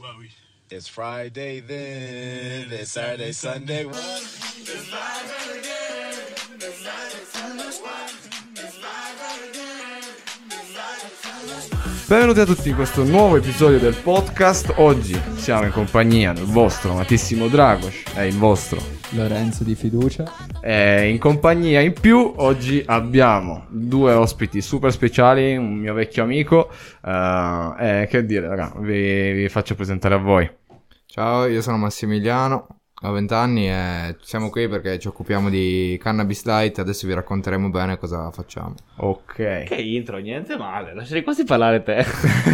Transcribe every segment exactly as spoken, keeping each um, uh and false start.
It's Friday then, it's Saturday, Sunday. It's Friday again, it's Friday, Sunday. It's Friday again, it's Friday, Sunday. Benvenuti a tutti in questo nuovo episodio del podcast. Oggi siamo in compagnia del vostro amatissimo Dragos e il vostro Lorenzo di fiducia. E in compagnia in più oggi abbiamo due ospiti super speciali, un mio vecchio amico uh, e che dire raga, vi, vi faccio presentare a voi. Ciao, io sono Massimiliano, ho venti anni e siamo qui perché ci occupiamo di Cannabis Light. Adesso vi racconteremo bene cosa facciamo. Ok. Che intro, niente male, lascerei quasi parlare te.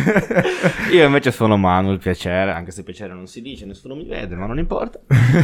Io invece sono Manu, il piacere, anche se piacere non si dice, nessuno mi vede, ma non importa.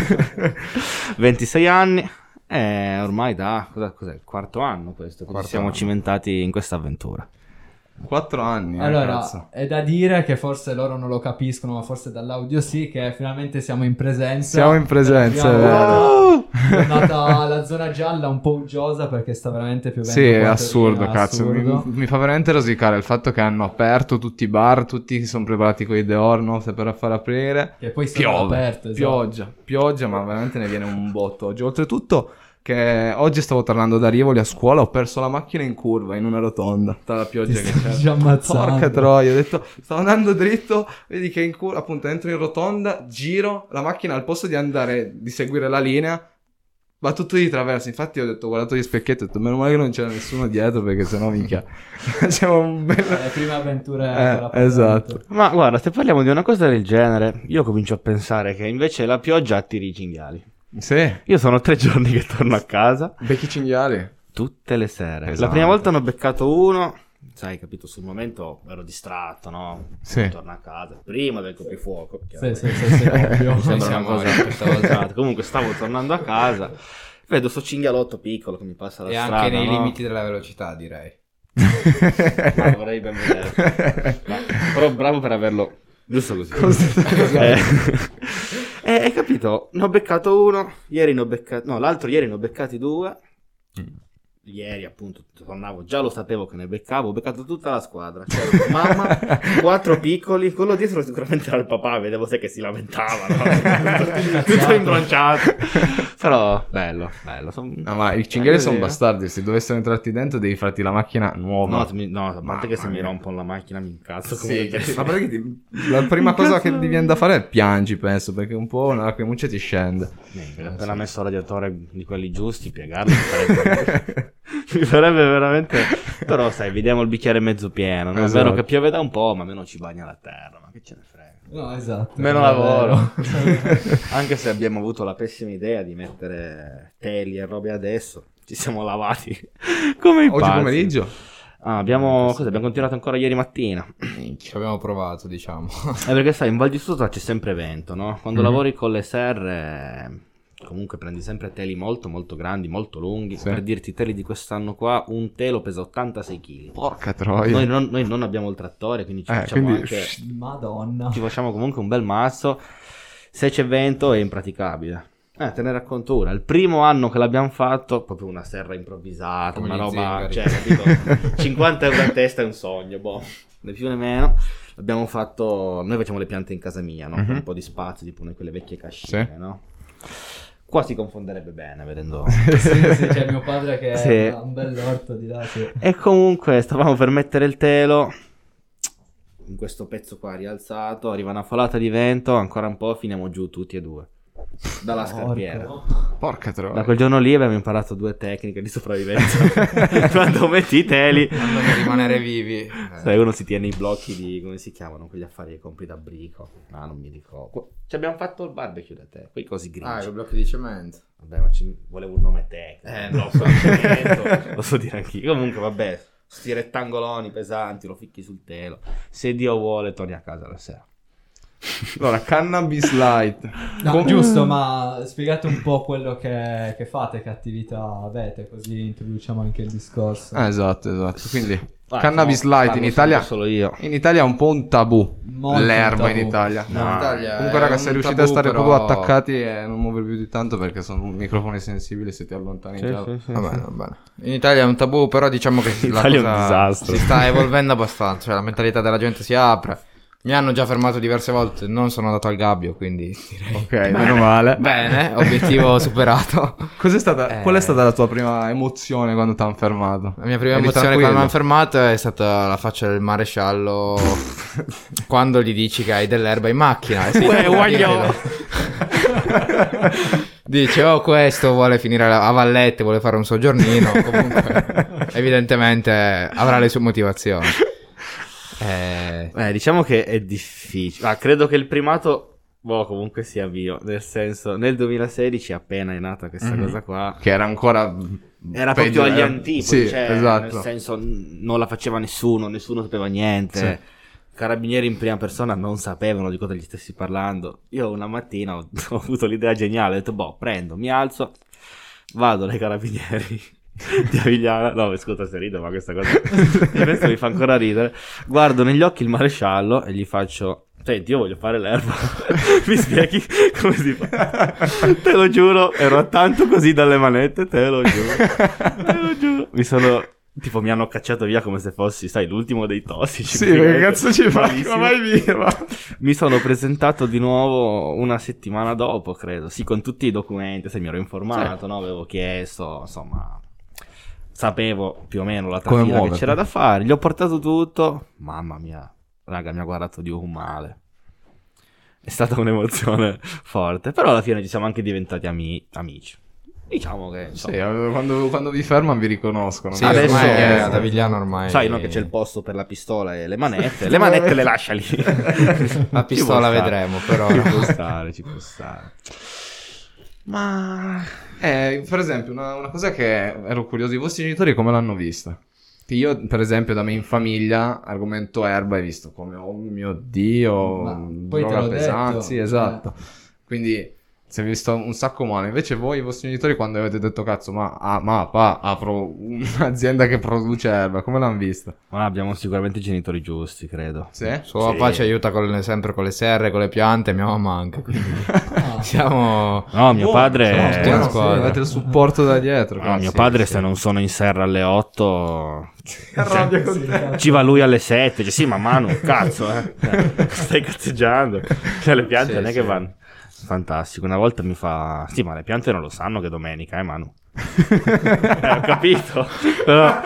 ventisei anni e ormai da, cosa, cos'è, il quarto anno questo, che ci siamo anno. cimentati in questa avventura. Quattro anni. Allora, cazzo. è da dire che forse loro non lo capiscono, ma forse dall'audio sì, che finalmente siamo in presenza. Siamo in presenza, Per è la prima vero. volta. È andata la zona gialla un po' uggiosa perché sta veramente piovendo. Sì, è qua a assurdo, Torino, è cazzo. Mi, assurdo. mi fa veramente rosicare il fatto che hanno aperto tutti i bar, tutti si sono preparati con i deor, no? Se per far aprire. Che poi sono Piove, aperte, esatto. pioggia, pioggia, ma veramente ne viene un botto oggi. Oltretutto che oggi stavo tornando da Rivoli a scuola, ho perso la macchina in curva, in una rotonda, tra la pioggia Ti che stai c'era. già ammazzando. Porca troia, ho detto, stavo andando dritto, vedi che in curva, appunto, entro in rotonda, giro, la macchina al posto di andare, di seguire la linea, va tutto di traverso. Infatti ho detto, ho guardato gli specchietti, ho detto, meno male che non c'era nessuno dietro, perché sennò minchia, facciamo un bel... Le prime avventure Eh, con la patente. esatto. Ma guarda, se parliamo di una cosa del genere, io comincio a pensare che invece la pioggia attiri i cinghiali. Sì, Io sono tre giorni che torno a casa, becchi cinghiali. tutte le sere. Esatto. La prima volta ne ho beccato uno, sai, capito, sul momento ero distratto, no? Sì. Torno a casa, prima del coprifuoco. Sì, sì, sì, sì, ovvio. Mi sembra Siamo una cosa lì. spaventata. Comunque stavo tornando a casa, vedo sto cinghialotto piccolo che mi passa la E strada, anche nei no? limiti della velocità, direi. Ma lo vorrei ben vedere. Ma- però bravo per averlo giusto così. Esatto. Eh, eh, hai capito? Ne ho beccato uno, ieri ne ho beccato, no, l'altro ieri ne ho beccati due. Ieri appunto tornavo, già lo sapevo che ne beccavo, ho beccato tutta la squadra, cioè mamma, quattro piccoli, quello dietro sicuramente era il papà, vedevo se che si lamentava, no? Tutto imbronciato, però bello, bello. Son... No, ma i cinghiali Eh, sono sì. bastardi, se dovessero entrarti dentro devi farti la macchina nuova. No, mi- no, a parte Mamma che se mi mia. rompono la macchina mi incazzo come Sì, dire. ma perché ti- la prima cosa che ti viene da fare è piangi, penso, perché un po' una lacrimuccia ti scende. Niente, appena messo il radiatore di quelli giusti, piegarlo mi farebbe, mi farebbe veramente. Però sai, vediamo il bicchiere mezzo pieno, no? È Esatto. vero che piove da un po', ma meno ci bagna la terra, ma che ce ne frega. No, esatto. Meno è lavoro. vero. Anche se abbiamo avuto la pessima idea di mettere teli e robe adesso, ci siamo lavati come i Oggi pazzi. pomeriggio? Ah, abbiamo, cosa, abbiamo continuato ancora ieri mattina. Ci abbiamo provato, diciamo. È perché sai, in Val di Susa c'è sempre vento, no? Quando Mhm. lavori con le serre, comunque prendi sempre teli molto molto grandi, molto lunghi. Sì. Per dirti, i teli di quest'anno qua, un telo pesa ottantasei chili. Porca troia. Noi non, noi non abbiamo il trattore, quindi ci Eh, facciamo quindi- anche, Madonna. ci facciamo comunque un bel mazzo. Se c'è vento è impraticabile. Eh, te ne racconto una. Il primo anno che l'abbiamo fatto, proprio una serra improvvisata, Come una gli roba, zingari. cioè, capito? cinquanta euro a testa è un sogno, boh, né più né meno. Abbiamo fatto, noi facciamo le piante in casa mia, no? Mhm. Con un po' di spazio, tipo quelle vecchie cascine, Sì. no? Qua si confonderebbe bene, vedendo... Sì, sì, c'è mio padre che Sì. ha un bell'orto di là, sì. E comunque stavamo per mettere il telo, in questo pezzo qua rialzato, arriva una folata di vento, ancora un po' finiamo giù tutti e due, dalla Porco. scarpiera. Porca troia. Da quel giorno lì abbiamo imparato due tecniche di sopravvivenza. Quando metti i teli, Quando per rimanere vivi. eh. sai, uno si tiene i blocchi di, come si chiamano, quegli affari che compri da brico. Ah, non mi ricordo. Ci abbiamo fatto il barbecue da te, quei cosi grigi. Ah, i blocchi di cemento. Vabbè, ma ci... volevo un nome tecnico. Eh, non lo so, cemento, lo so dire anch'io. Comunque, vabbè, sti rettangoloni pesanti, lo ficchi sul telo. Se Dio vuole, torni a casa la sera. Allora, Cannabis Light. No, Com- giusto, ma spiegate un po' quello che, che fate, che attività avete, così introduciamo anche il discorso. Ah, esatto, esatto. Quindi, Vai, Cannabis no, Light parlo in Italia... solo io. In Italia è un po' un tabù. Molto L'erba un in tabù. Italia. No, in Italia Comunque, è raga, un se riuscite tabù, a stare però- proprio attaccati e non muovere più di tanto perché sono microfoni sensibili, se ti allontani Sì, già. sì, sì, Va sì. bene, va bene. In Italia è un tabù, però diciamo che In la Italia è un cosa disastro. si sta evolvendo abbastanza. Cioè, la mentalità della gente si apre. Mi hanno già fermato diverse volte, non sono andato al gabbio, quindi direi... Ok, meno male. Bene, obiettivo superato. Cos'è stata, Eh. Qual è stata la tua prima emozione quando ti hanno fermato? La mia prima Eri emozione tranquillo? quando mi hanno fermato è stata la faccia del maresciallo quando gli dici che hai dell'erba in macchina. E sì, Uè, diglielo. Dice, oh, questo vuole finire a Vallette, vuole fare un soggiornino. Comunque, evidentemente avrà le sue motivazioni. Eh, Eh, diciamo che è difficile. Ah, credo che il primato, boh, comunque sia mio. Nel senso, nel duemilasedici, appena è nata questa Mhm. cosa qua, Che era ancora... era peggio, proprio agli era- antipodi. Sì, cioè, esatto. nel senso, n- non la faceva nessuno, nessuno sapeva niente. Sì. Carabinieri in prima persona non sapevano di cosa gli stessi parlando. Io una mattina ho, ho avuto l'idea geniale, ho detto, boh, prendo, mi alzo, vado dai carabinieri di Avigliana. No, scusa se rido, ma questa cosa questo mi fa ancora ridere. Guardo negli occhi il maresciallo e gli faccio, senti, io voglio fare l'erba. Mi spieghi come si fa? Te lo giuro, ero tanto così dalle manette, te lo giuro. Te lo giuro. Mi sono... Tipo mi hanno cacciato via come se fossi, sai, l'ultimo dei tossici. Sì, che cazzo ci fa? Malissimo. Ma vai via, va. Mi sono presentato di nuovo una settimana dopo, credo. Sì, con tutti i documenti, se mi ero informato, no? Avevo chiesto, insomma, sapevo più o meno la Come trafila che muoverti. c'era da fare. Gli ho portato tutto. Mamma mia, raga, mi ha guardato di un male. È stata un'emozione forte. Però alla fine ci siamo anche diventati ami- amici. Diciamo che, Sì, insomma, eh, quando, quando vi fermano vi riconoscono. sì, Adesso- ormai è eh, ad Avigliano ormai. sai, no, che c'è il posto per la pistola e le manette. Le manette le lascia lì. La pistola vedremo, però. Ci può stare, ci può stare. Ma... Eh, per esempio, una, una cosa che ero curioso, i vostri genitori come l'hanno vista? Che io, per esempio, da me in famiglia, argomento erba, hai visto come, oh mio Dio, Ma poi te droga l'ho pesante, detto. sì, esatto. Quindi si è visto un sacco male. Invece voi, i vostri genitori, quando avete detto, cazzo, ma, ah, ma pa, apro un'azienda che produce erba, come l'hanno vista? Ma abbiamo sicuramente i genitori giusti, credo. Sì? Suo papà ci aiuta con le- sempre con le serre, con le piante, mia mamma anche. Quindi Ah. siamo... No, mio Buono, padre... siamo tutti una sì, squadra. Avete il supporto da dietro. No, cazzo. mio Sì, padre sì. se non sono in serra alle otto arrabbia con te. ci va lui alle sette. Dice sì, ma Manu, cazzo, eh. Cioè, stai cazzeggiando. Cioè le piante Sì, non è sì. che vanno. Fantastico. Una volta mi fa sì, ma le piante non lo sanno che è domenica, eh Manu. Eh, ho capito. Però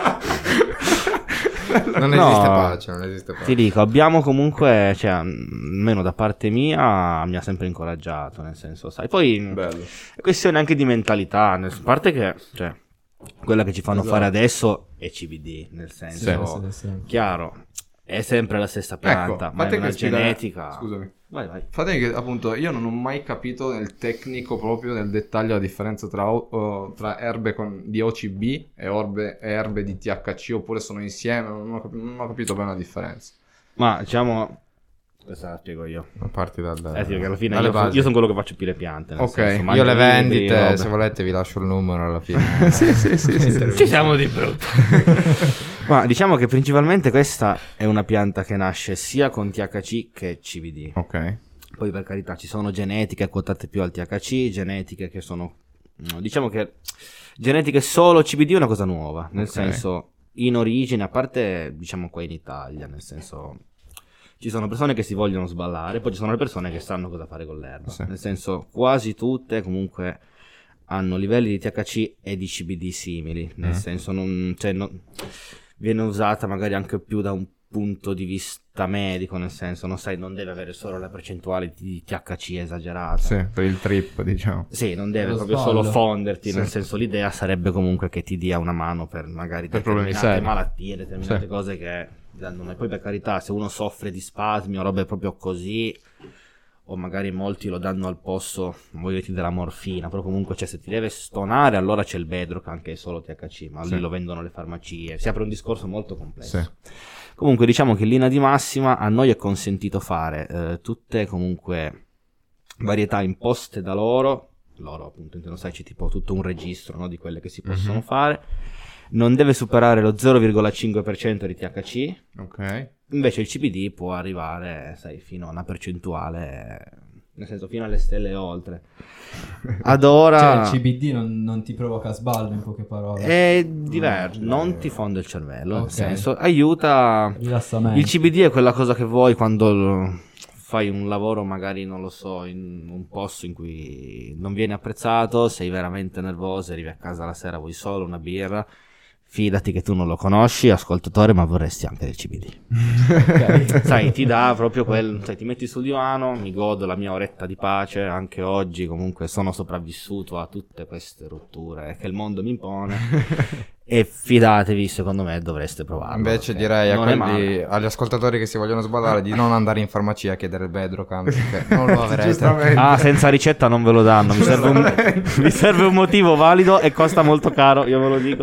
Non No. esiste pace, non esiste pace. ti dico, abbiamo comunque, cioè, almeno da parte mia, mi ha sempre incoraggiato, nel senso, sai, poi Bello. è questione anche di mentalità, nel- a parte che, cioè, quella che ci fanno Esatto. fare adesso è C B D, nel senso, Sì, sì, sì. chiaro, è sempre la stessa pianta, Ecco, ma è fate una che spiegare- genetica. Scusami. Vai, vai. Fatemi che appunto io non ho mai capito nel tecnico proprio nel dettaglio la differenza tra, o- o- tra erbe con, di O C B e orbe- e erbe di T H C oppure sono insieme, non ho, cap- non ho capito bene la differenza. Ma diciamo, questa la spiego io. Parti dal... Eh sì, perché alla fine dalle io, basi. io sono quello che faccio più le piante. nel Ok. senso, Io mangio le libri, vendite, robe. se volete vi lascio il numero alla fine. sì, sì, sì, sì. Ci siamo di brutto. Ma diciamo che principalmente questa è una pianta che nasce sia con T H C che C B D. Ok. Poi per carità ci sono genetiche quotate più al T H C, genetiche che sono... no, diciamo che genetiche solo C B D è una cosa nuova, nel Ok. senso in origine, a parte diciamo qua in Italia, nel senso ci sono persone che si vogliono sballare, poi ci sono le persone che sanno cosa fare con l'erba, Sì. nel senso quasi tutte comunque hanno livelli di T H C e di C B D simili, nel Mm. senso non, cioè, non- viene usata magari anche più da un punto di vista medico, nel senso non sai, non deve avere solo la percentuale di T H C esagerata. Sì, per il trip, diciamo. Sì, non deve Lo proprio sballo. solo fonderti, Sì. nel senso l'idea sarebbe comunque che ti dia una mano per magari Per problemi determinate seri. malattie, determinate Sì. cose che danno. E poi per carità, se uno soffre di spasmi o robe proprio così, o magari molti lo danno al posto, non voglio dire della morfina, però comunque cioè, se ti deve stonare allora c'è il Bedrock, anche solo T H C, ma Sì. lì lo vendono le farmacie, si apre un discorso molto complesso. Sì. Comunque diciamo che in linea di massima a noi è consentito fare eh, tutte comunque varietà imposte da loro, loro appunto intendo sai c'è tipo tutto un registro, no, di quelle che si possono Mhm. fare, non deve superare lo zero virgola cinque per cento di T H C, Ok. invece il C B D può arrivare sai fino a una percentuale nel senso fino alle stelle e oltre. Ad ora Cioè il C B D non, non ti provoca sballo, in poche parole. è diverso, non ti fonde il cervello, Ok. nel senso aiuta. Rilassamento. Il C B D è quella cosa che vuoi quando lo- fai un lavoro magari, non lo so, in un posto in cui non vieni apprezzato, sei veramente nervoso, arrivi a casa la sera, vuoi solo una birra. Fidati che tu non lo conosci, ascoltatore, ma vorresti anche del C B D. Ok. Sai, ti dà proprio quel... Sai, ti metti sul divano, mi godo la mia oretta di pace, anche oggi comunque sono sopravvissuto a tutte queste rotture che il mondo mi impone. E fidatevi, secondo me dovreste provarlo. Invece perché direi a non è quelli, male. agli ascoltatori che si vogliono sballare di non andare in farmacia a chiedere il Bedrocan, perché non lo avrete. Giustamente. Ah, senza ricetta non ve lo danno, mi serve, un, mi serve un motivo valido e costa molto caro, io ve lo dico.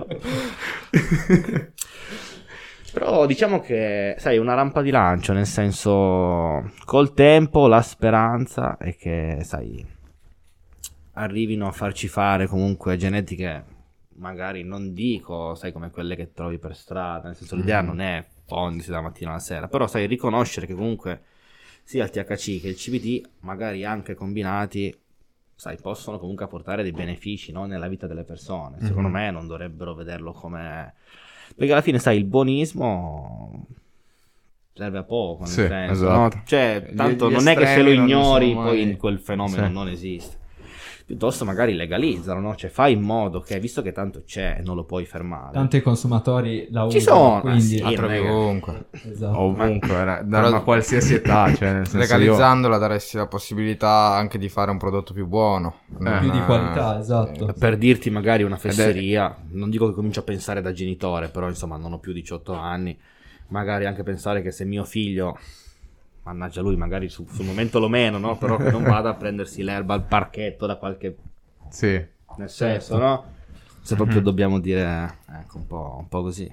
Però diciamo che, sai, una rampa di lancio, nel senso, col tempo la speranza è che, sai, arrivino a farci fare comunque genetiche, magari non dico, sai, come quelle che trovi per strada, nel senso l'idea non è fondersi da mattina alla sera, però sai, riconoscere che comunque sia il T H C che il C B D, magari anche combinati, sai, possono comunque apportare dei benefici, no, nella vita delle persone. Secondo me non dovrebbero vederlo come... Perché alla fine, sai, il buonismo serve a poco, nel Sì, senso, esatto. no? Cioè, Gli- tanto gli non è che se lo estremi non ignori, sono poi mai- quel fenomeno Sì. non esiste. Piuttosto magari legalizzano, no? Cioè fai in modo che, visto che tanto c'è e non lo puoi fermare. Tanto i consumatori la Ci usano, sono, quindi... sì. La trovi non è che- ovunque. Esatto. Ovunque, era- da Però- una qualsiasi età, cioè nel senso io- Legalizzandola daresti la possibilità anche di fare un prodotto più buono. Non- Più di eh, qualità, esatto. Per dirti magari una fesseria, non dico che comincio a pensare da genitore, però insomma non ho più diciotto anni, magari anche pensare che se mio figlio, mannaggia lui, magari su- sul momento lo meno, no? Però che non vada a prendersi l'erba al parchetto da qualche... Sì. nel senso, no? Se proprio dobbiamo dire, ecco, un po', un po' così.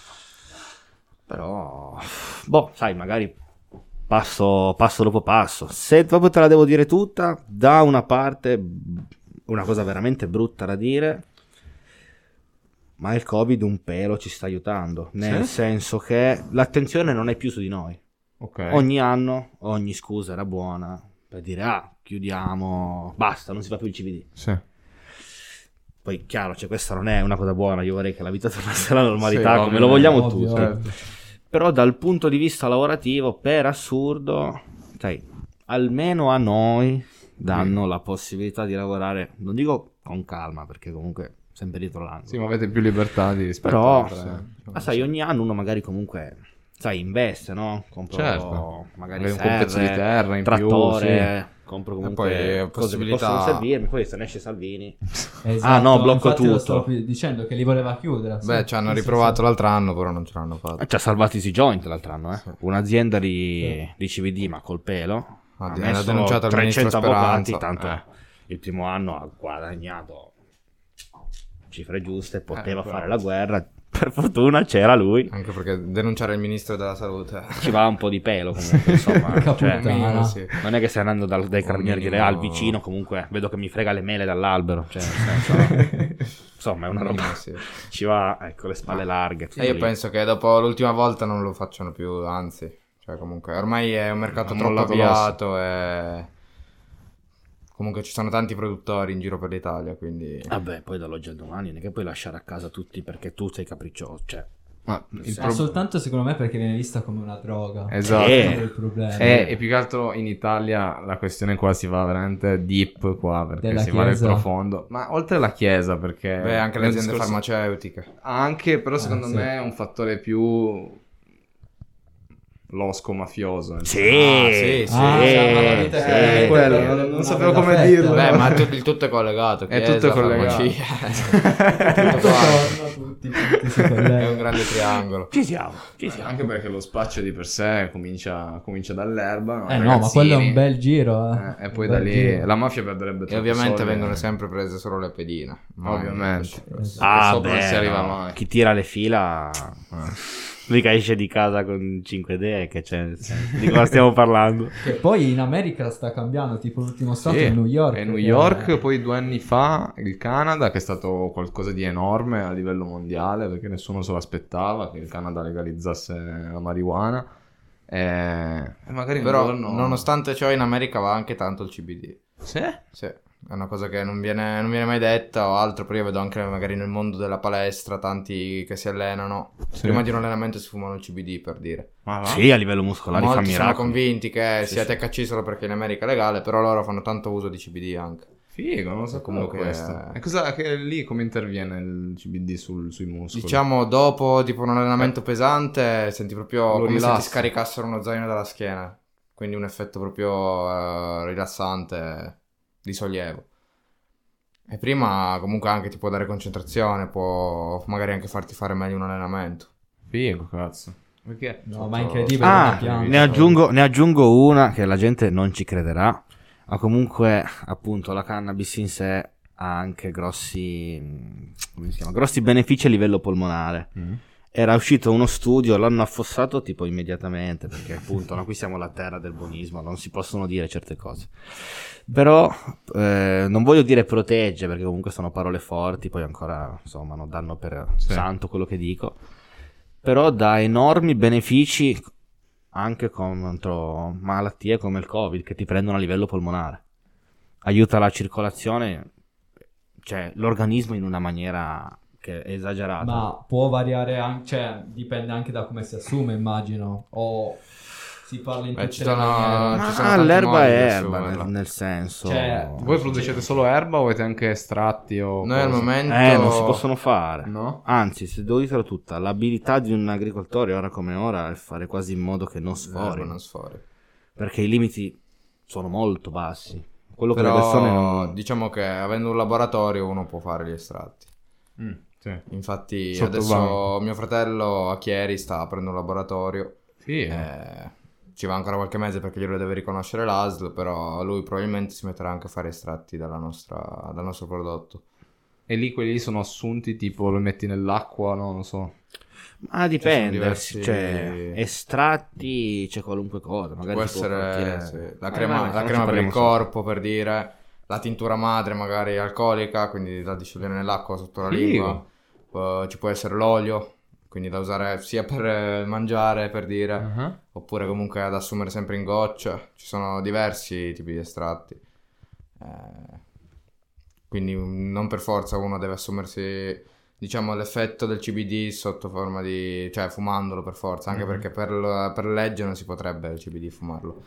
Però, boh, sai, magari passo, passo dopo passo. Se proprio te la devo dire tutta, da una parte, una cosa veramente brutta da dire, ma il Covid un pelo ci sta aiutando, nel Sì? senso che l'attenzione non è più su di noi. Ok. Ogni anno, ogni scusa era buona per dire, ah, chiudiamo, basta, non si fa più il C B D. Sì. Poi chiaro, cioè questa non è una cosa buona, io vorrei che la vita tornasse alla normalità Sì, come ovvio, lo vogliamo ovvio, tutti. ovvio. Però dal punto di vista lavorativo, per assurdo, sai, almeno a noi danno la possibilità di lavorare, non dico con calma, perché comunque sempre dietro l'angolo. Sì, ma avete più libertà di rispetto Però, a altre- ma sai, ogni anno uno magari comunque, sai, investe, no? Compro Certo. magari Magari un pezzo di serre, terra in più, trattore, compro comunque poi, eh, cose che possibilità- possono servirmi, poi se ne esce Salvini. Esatto, Ah, no, blocco infatti lo tutto. stavo dicendo che li voleva chiudere. Beh, sì. ci hanno Sì, sì, riprovato sì. l'altro anno, però non ce l'hanno fatto. Ci ha salvato Easy Joint l'altro anno, eh? Sì. Un'azienda di, di C B D, ma col pelo. Ha Ha de- messo ha denunciato il ministro trecento avvocati, Speranza. tanto Eh. il primo anno ha guadagnato cifre giuste, poteva Eh, però- fare la guerra. Per fortuna c'era lui. Anche perché denunciare il ministro della salute. Ci va un po' di pelo comunque, insomma. Porca cioè, puttana. minimo, sì. non è che stai andando dal- dai carabinieri a dire minimo- al vicino, comunque vedo che mi frega le mele dall'albero. Cioè, nel senso, insomma, è una roba. Minimo, sì. Ci va, ecco, le spalle larghe. tutto E io lì. penso che dopo l'ultima volta non lo facciano più, anzi. Cioè, comunque, ormai è un mercato Ha troppo mollato avviato e... Comunque ci sono tanti produttori in giro per l'Italia, quindi... Vabbè, poi dall'oggi al domani non è che puoi lasciare a casa tutti perché tu sei capriccioso. Cioè, Ma il Ma pro- soltanto secondo me perché viene vista come una droga. Esatto. Eh. Quello è il problema. Eh, e più che altro in Italia la questione qua si va veramente deep qua perché Della si va nel Chiesa. profondo. Ma oltre alla chiesa perché... Beh, anche le nel aziende discorso- farmaceutiche. Anche, però secondo sì. me è un fattore più losco mafioso. nel sì, Ah, sì, sì. Ah, sì, cioè, ma la vita sì. che- Eh, quello, che- non- non una sapevo bella come fetta. dirlo. Beh, ma tu- il tutto è collegato. È chiesa, tutto collegato. farmacia. Tutto torna, tutti, tutti si È un collegano. grande triangolo. Ci siamo, ci siamo. Anche perché lo spaccio di per sé comincia, comincia dall'erba. no? Eh no, ma quello è un bel giro. Eh. Eh, e poi Un da bel lì giro. la mafia perderebbe E troppo ovviamente soldi. vengono sempre prese solo le pedine. Mai- Ovviamente. Esatto. Ah, sopra non beh, si arriva no. mai. Chi tira le fila mica esce di casa con cinque idee, che c'è, nel senso, di cosa stiamo parlando? Che poi in America sta cambiando, tipo l'ultimo stato Sì, è New York. è New che- York, poi due anni fa il Canada, che è stato qualcosa di enorme a livello mondiale, perché nessuno se lo aspettava che il Canada legalizzasse la marijuana. E, e magari Però, un giorno... nonostante ciò, in America va anche tanto il C B D. Sì? Sì, è una cosa che non viene, non viene mai detta o altro, però io vedo anche magari nel mondo della palestra tanti che si allenano. Sì. Prima di un allenamento si fumano il C B D, per dire. Ma va? Sì, a livello muscolare fa Molti sono miracoli. convinti che Sì, sia sì. T H C solo perché in America è legale, però loro fanno tanto uso di C B D anche. Figo, non lo so Comunque, comunque questo. eh, E cosa, che lì come interviene il C B D sul, sui muscoli? Diciamo, dopo tipo un allenamento pesante, senti proprio Lo come se rilassa. ti scaricassero uno zaino dalla schiena. Quindi un effetto proprio eh, rilassante, di sollievo. E prima comunque anche ti può dare concentrazione, può magari anche farti fare meglio un allenamento. Figo, cazzo. Perché? No, ma è incredibile. Ah, come piange. ne aggiungo, ne aggiungo una che la gente non ci crederà, ma comunque appunto la cannabis in sé ha anche grossi, mh, come si chiama? Grossi benefici a livello polmonare. Mm. Era uscito uno studio, l'hanno affossato tipo immediatamente, perché appunto no, qui siamo la terra del buonismo, non si possono dire certe cose. Però eh, non voglio dire protegge, perché comunque sono parole forti, poi ancora insomma non danno per Sì. santo quello che dico. Però dà enormi benefici anche contro malattie come il Covid che ti prendono a livello polmonare. Aiuta la circolazione, cioè l'organismo in una maniera che è esagerata. Ma può variare anche, cioè dipende anche da come si assume, immagino. O si parla in Beh, tutte ci le sono- maniere. ci Ma sono tanti l'erba modi di è erba assumerla. nel, nel senso. Cioè, Voi producete solo erba o avete anche estratti o Noi al cose? momento... Eh, non si possono fare. No? Anzi, se devo dirtela tutta, l'abilità di un agricoltore ora come ora è fare quasi in modo che non L'erba sfori. non sfori. Perché i limiti sono molto bassi. Quello che le Però persone non... diciamo che avendo un laboratorio uno può fare gli estratti. Mm, sì. Infatti Sotto adesso banco. mio fratello a Chieri sta aprendo un laboratorio. Figo. Eh, ci va ancora qualche mese perché glielo deve riconoscere l'A S L, però lui probabilmente si metterà anche a fare estratti dalla nostra, dal nostro prodotto. E lì quelli lì sono assunti, tipo lo metti nell'acqua, no? Non so. Ma dipende, diversi- cioè estratti c'è qualunque cosa, magari Può si può essere partire- sì, la Eh, crema, vai, la non crema ci per il parliamo solo. corpo, per dire, la tintura madre magari alcolica, quindi da disciogliere nell'acqua sotto la Figo. lingua. Poi ci può essere l'olio, quindi da usare sia per eh, mangiare, per dire, Uh-huh. oppure comunque ad assumere sempre in goccia. Ci sono diversi tipi di estratti. Eh, quindi mm, non per forza uno deve assumersi, diciamo, l'effetto del C B D sotto forma di... cioè fumandolo per forza, anche perché per, la- per legge non si potrebbe il C B D fumarlo.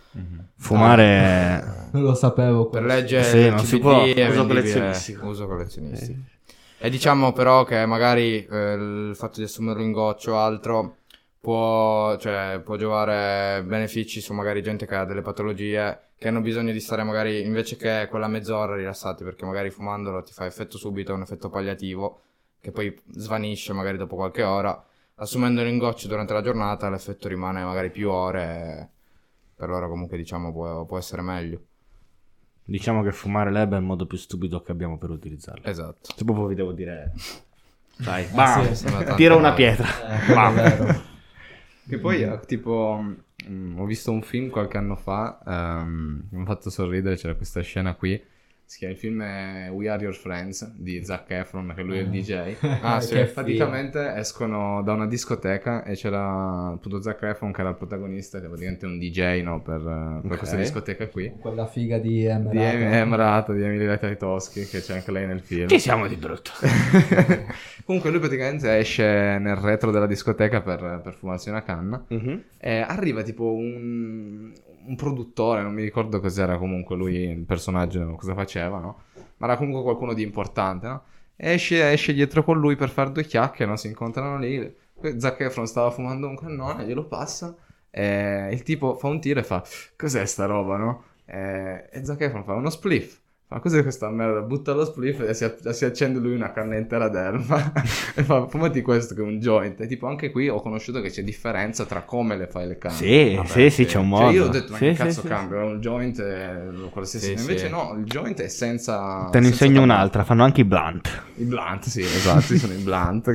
Fumare Non lo sapevo. Per questo. legge Sì, il non C B D si può, è uso vendibile- collezionistico. uso collezionistico. E diciamo però che magari eh, il fatto di assumerlo in goccio o altro può, cioè, può giovare benefici su magari gente che ha delle patologie che hanno bisogno di stare magari invece che quella mezz'ora rilassati, perché magari fumandolo ti fa effetto subito, un effetto palliativo che poi svanisce magari dopo qualche ora. Assumendolo in goccio durante la giornata l'effetto rimane magari più ore e per loro comunque diciamo può, può essere meglio. Diciamo che fumare l'erba è il modo più stupido che abbiamo per utilizzarla. Esatto. Se proprio vi devo dire... Dai, bam, sì, sono tante tira una modi. pietra. Eh, Bam. è vero. Che poi, eh, tipo, mm, ho visto un film qualche anno fa, ehm, mi ha fatto sorridere, c'era questa scena qui, si chiama, il film è We Are Your Friends, di Zac Efron, che lui è il D J. Ah, sì. Che Praticamente escono da una discoteca e c'era appunto Zac Efron che era il protagonista, che è praticamente un D J, no, per, eh, per Ok. questa discoteca qui. Quella figa di Emerald. Di Em- Emerald, di Emilia Toschi, che c'è anche lei nel film. Ci siamo di brutto. Comunque lui praticamente esce nel retro della discoteca per, per fumarsi una canna. Mhm. E arriva tipo un, un produttore, non mi ricordo cos'era comunque lui, il personaggio, cosa faceva, no? Ma era comunque qualcuno di importante, no? E esce, esce dietro con lui per fare due chiacchiere, no? Si incontrano lì. Zac Efron stava fumando un cannone, glielo passa. E il tipo fa un tiro e fa: cos'è sta roba, no? E, e Zac Efron fa: uno spliff. Ma cos'è questa merda? Butta lo spliff e si, si accende lui una canna intera d'erba e fa: fumati questo che è un joint. E tipo anche qui ho conosciuto che c'è differenza tra come le fai le canne. Sì, Vabbè, sì, sì, c'è un modo. Cioè io ho detto: ma Sì, che sì, cazzo sì, cambia? Un joint è qualsiasi. Sì, Invece sì. no, il joint è senza. Te ne senza insegno tabacco. un'altra, fanno anche i blunt. I blunt, sì, esatto, ci sono i blunt.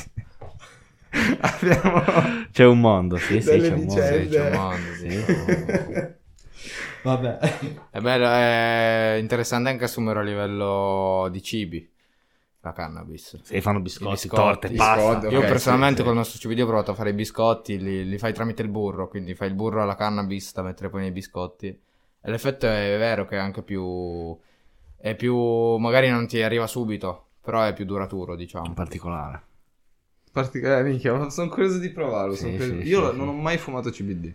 Abbiamo C'è un mondo, sì, sì, delle c'è un mondo. vicende. Sì, c'è un mondo, sì. Vabbè. È bello, è interessante anche assumere a livello di cibi. la cannabis. Se fanno biscotti, biscotti, torte, biscotti, pasta. ok, Io sì, personalmente sì. col nostro C B D ho provato a fare i biscotti, li, li fai tramite il burro, quindi fai il burro alla cannabis da mettere poi nei biscotti. E l'effetto è vero che è anche più... è più... magari non ti arriva subito, però è più duraturo, In diciamo. particolare. Parti- eh, minchia, sono curioso di provarlo. Sì, sono curioso- sì, Io sì, non sì. ho mai fumato C B D.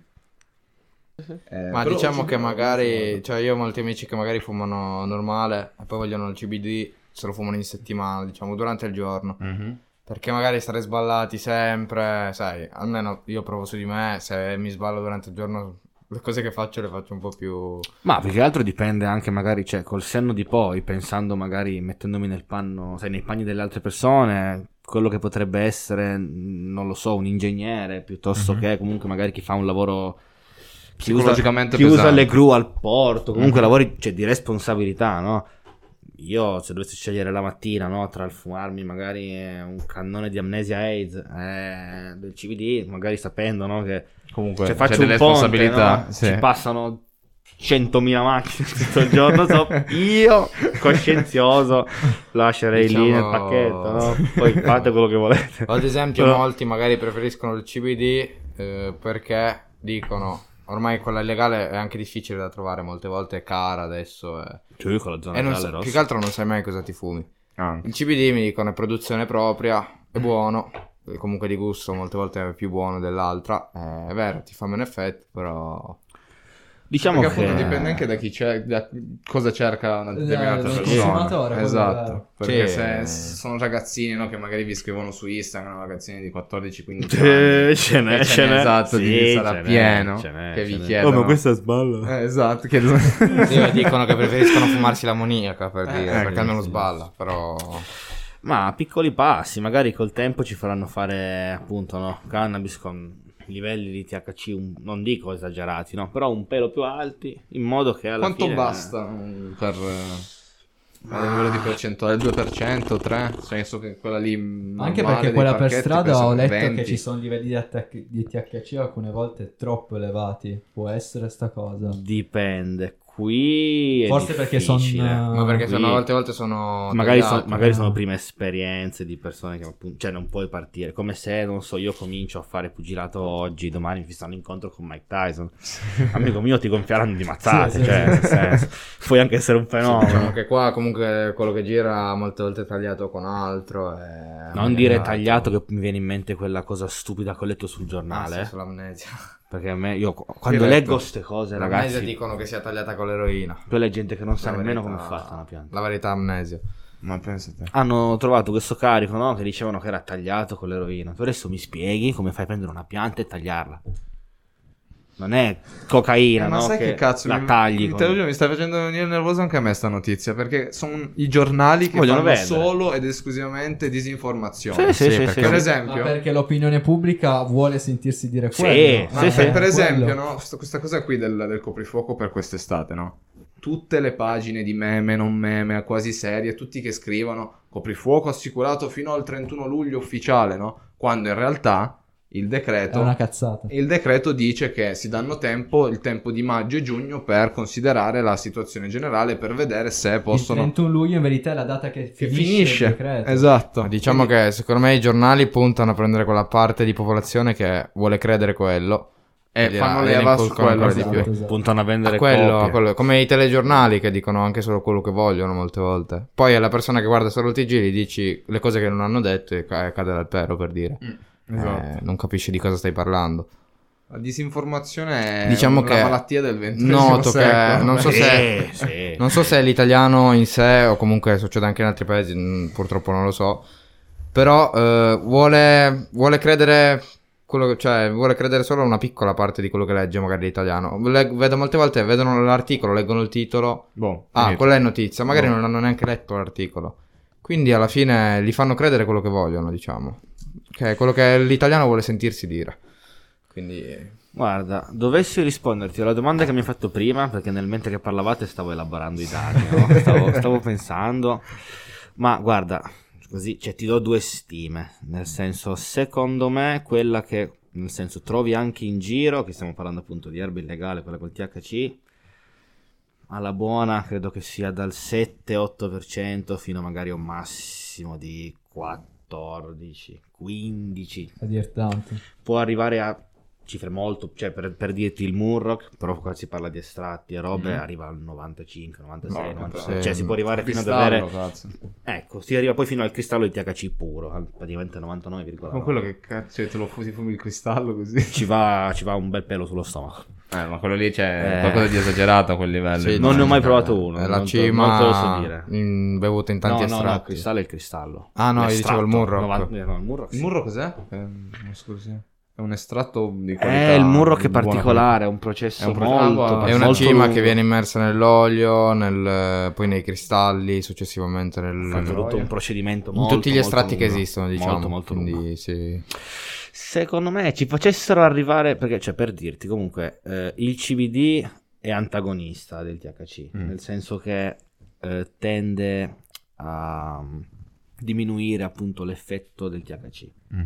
Eh, Ma però diciamo C B D che l'ho magari, fumato. cioè io ho molti amici che magari fumano normale e poi vogliono il C B D, se lo fumano in settimana, diciamo, durante il giorno. Mhm. Perché magari stare sballati sempre, sai, almeno io provo su di me, se mi sballo durante il giorno, le cose che faccio le faccio un po' più... Ma più che altro dipende anche magari, cioè, col senno di poi, pensando magari, mettendomi nel panno, sai, nei panni delle altre persone, quello che potrebbe essere, non lo so, un ingegnere, piuttosto Mhm. che comunque magari chi fa un lavoro... Chi usa, Psicologicamente chi usa pesante. le gru al porto, comunque Mhm. lavori, cioè, di responsabilità, no? Io, se dovessi scegliere la mattina, no, tra il fumarmi magari eh, un cannone di amnesia AIDS e del C B D, magari sapendo, no, che Comunque, cioè, c'è faccio delle un ponte, responsabilità. no? Sì. Ci passano centomila macchine tutto il giorno, so, io coscienzioso lascerei lì nel Diciamo- pacchetto, no? Poi fate quello che volete. O ad esempio Però- molti magari preferiscono il C B D eh, perché dicono, ormai quella illegale è anche difficile da trovare, molte volte è cara adesso e, Cioè, con la zona e non gialla so- rossa. più che altro non sai mai cosa ti fumi. Ah. Il C B D mi dicono è produzione propria, è buono, e comunque di gusto molte volte è più buono dell'altra, eh, è vero, ti fa meno effetto, però... Diciamo Perché che appunto dipende anche da chi c'è, da cosa cerca una determinata Eh, il persona. consumatore, quello è Esatto. vero. Perché Sì. se sono ragazzini, no, che magari vi scrivono su Instagram, ragazzini di quattordici quindici anni. Eh, ce n'è, che ce n'è. Esatto, Sì, di sarà ce n'è, pieno. ce n'è, che ce vi n'è. chiedono. Oh, ma questa sballa. Eh, esatto, chiedono. Sì, mi dicono che preferiscono fumarsi l'ammoniaca per Eh, dire, ecco, perché almeno sì. sballa, però... Ma piccoli passi, magari col tempo ci faranno fare appunto, no, cannabis con livelli di T H C un- non dico esagerati, no, però un pelo più alti, in modo che alla Quanto fine basta mm, per eh, a livello di percentuale? Il due per cento, tre? Nel senso che quella lì normale Anche perché dei quella per pacchetti strada penso ho che letto venti. che ci sono livelli di, attac- di T H C alcune volte troppo elevati. Può essere sta cosa. dipende. Qui è Forse perché sono difficile. Ma perché Qui- sono, molte volte sono... Magari, so- tagliati. magari eh. sono prime esperienze di persone che appunto, cioè non puoi partire, come se non so, io comincio a fare pugilato oggi, domani mi fisso un incontro con Mike Tyson, amico mio, ti gonfieranno di mazzate, Sì, sì, cioè sì. nel senso, puoi anche essere un Sì, fenomeno. diciamo che qua comunque quello che gira molte volte è tagliato con altro. E... Non dire tagliato, che mi viene in mente quella cosa stupida che ho letto sul Ah, giornale, sì, sull'amnesia. perché a me, io quando Che leggo letto? queste cose, L'amnesia ragazzi, dicono che sia tagliata con l'eroina. quella è gente che non sa La nemmeno come verità- è fatta una pianta. La verità amnesia. Ma pensa te. Hanno trovato questo carico, no? Che dicevano che era tagliato con l'eroina. Tu adesso mi spieghi come fai a prendere una pianta e tagliarla. Non è cocaina, Eh, ma no? sai che, cazzo la mi, tagli. mi, con- te lo giuro, mi sta facendo venire nervoso anche a me sta notizia, perché sono i giornali che Vogliono fanno vendere. solo ed esclusivamente disinformazione. Sì, sì, sì, perché- sì. Per Ma esempio, perché l'opinione pubblica vuole sentirsi dire Sì, quello. ma sì, per, sì. per esempio, Quello. no, sto- questa cosa qui del, del coprifuoco per quest'estate, no? Tutte le pagine di meme, non meme, quasi serie, tutti che scrivono coprifuoco assicurato fino al trentuno luglio ufficiale, no? Quando in realtà il È decreto una cazzata. il decreto dice che si danno tempo, il tempo di maggio e giugno per considerare la situazione generale, per vedere se possono... Il trentuno luglio in verità è la data che che finisce, finisce, il decreto. esatto. Ma diciamo che secondo me i giornali puntano a prendere quella parte di popolazione che vuole credere quello. E gliela- fanno gliela leva su inculcano quello, ancora di Esatto, più. esatto. Puntano a vendere A quello, copie. a quello, come i telegiornali che dicono anche solo quello che vogliono molte volte. Poi alla persona che guarda solo il T G gli dici le cose che non hanno detto e ca- cade dal pero, per dire. Esatto. Eh, non capisci di cosa stai parlando. La disinformazione è Diciamo la che malattia del ventunesimo noto che secolo. non so Sì, se sì. non so se è l'italiano in sé o comunque succede anche in altri paesi, mh, purtroppo non lo so. Però eh, vuole vuole credere quello che, cioè vuole credere solo una piccola parte di quello che legge magari l'italiano. Le- vedo molte volte vedono l'articolo, leggono il titolo. Boh, Ah, finito. quella è notizia, magari Boh. non hanno neanche letto l'articolo. Quindi alla fine li fanno credere quello che vogliono, diciamo. Che è quello che l'italiano vuole sentirsi dire. Quindi Guarda, dovessi risponderti alla domanda che mi hai fatto prima, perché nel mentre che parlavate stavo elaborando i dati, no? stavo, stavo pensando, ma guarda, così, cioè, ti do due stime, nel senso, secondo me, quella che, nel senso, trovi anche in giro, che stiamo parlando appunto di erba illegale, quella col T H C, alla buona credo che sia dal sette otto per cento fino magari a un massimo di quattordici quindici. A dir tanto. Può arrivare a cifre molto, cioè per, per dirti il Murrock, però qua si parla di estratti e robe, Mm. arriva al novantacinque, novantasei, No, novantasei, sì. cioè si può arrivare fino ad Cristallo, avere, cazzo. ecco, si arriva poi fino al cristallo di T H C puro, al- praticamente novantanove virgola nove. Con quello che cazzo, cioè, te lo fusi fumi il cristallo così. ci va, ci va un bel pelo sullo stomaco. Eh, ma quello lì c'è Eh. qualcosa di esagerato a quel livello. Sì, non ne ho mai eh, provato uno, È la non te- cima non te lo so dire. in- bevuta in tanti no, no, no, il estratti. cristallo è il cristallo. Ah, no, io L'estratto, dicevo il Murrock. novanta no, il Murrock, Il sì. murro cos'è? Eh, non scusi. È un estratto di qualità. Eh, il Murrock è di buona particolare, è un processo È un pro- molto, ah, È una molto cima lungo. che viene immersa nell'olio, nel- poi nei cristalli, successivamente nel... Fatto tutto un procedimento in molto, tutti gli molto estratti che lungo. esistono, diciamo. Molto, molto lungo. Quindi sì. Secondo me ci facessero arrivare, perché cioè per dirti comunque eh, il C B D è antagonista del T H C, Mm. nel senso che eh, tende a mm, diminuire appunto l'effetto del T H C. Mm.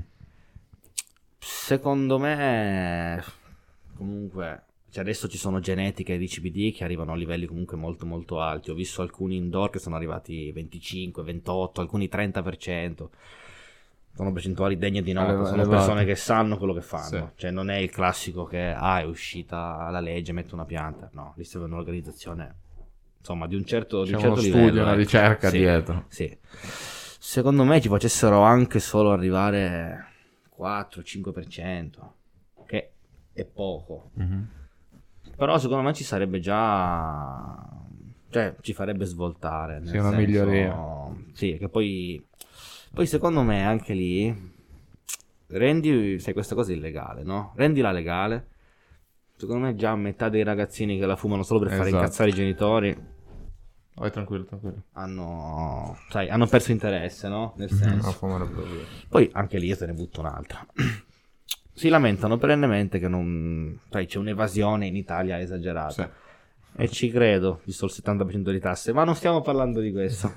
Secondo me comunque cioè adesso ci sono genetiche di C B D che arrivano a livelli comunque molto molto alti. Ho visto alcuni indoor che sono arrivati venticinque, ventotto, alcuni trenta per cento. Sono percentuali degne di nota, Eleva- sono elevate. persone che sanno quello che fanno. Sì. Cioè non è il classico che ah è uscita la legge, metto una pianta. No, lì serve un'organizzazione insomma di un certo, di C'è un certo uno livello. studio, una ecco. ricerca Sì, dietro. Sì. Secondo me ci facessero anche solo arrivare quattro cinque per cento, che è poco. Mhm. Però secondo me ci sarebbe già, cioè ci farebbe svoltare. nel Sì, una senso- miglioria. Sì, che poi, poi secondo me anche lì rendi, sai, questa cosa è illegale, no? Rendila legale. Secondo me già metà dei ragazzini che la fumano solo per fare Esatto. incazzare i genitori Vai tranquillo, tranquillo. hanno, sai, hanno perso interesse, no? Nel No, senso. fumare proprio. Poi anche lì io te ne butto un'altra. Si lamentano perennemente che non, sai, c'è un'evasione in Italia esagerata. Sì. E ci credo, visto il settanta per cento di tasse, ma non stiamo parlando di questo.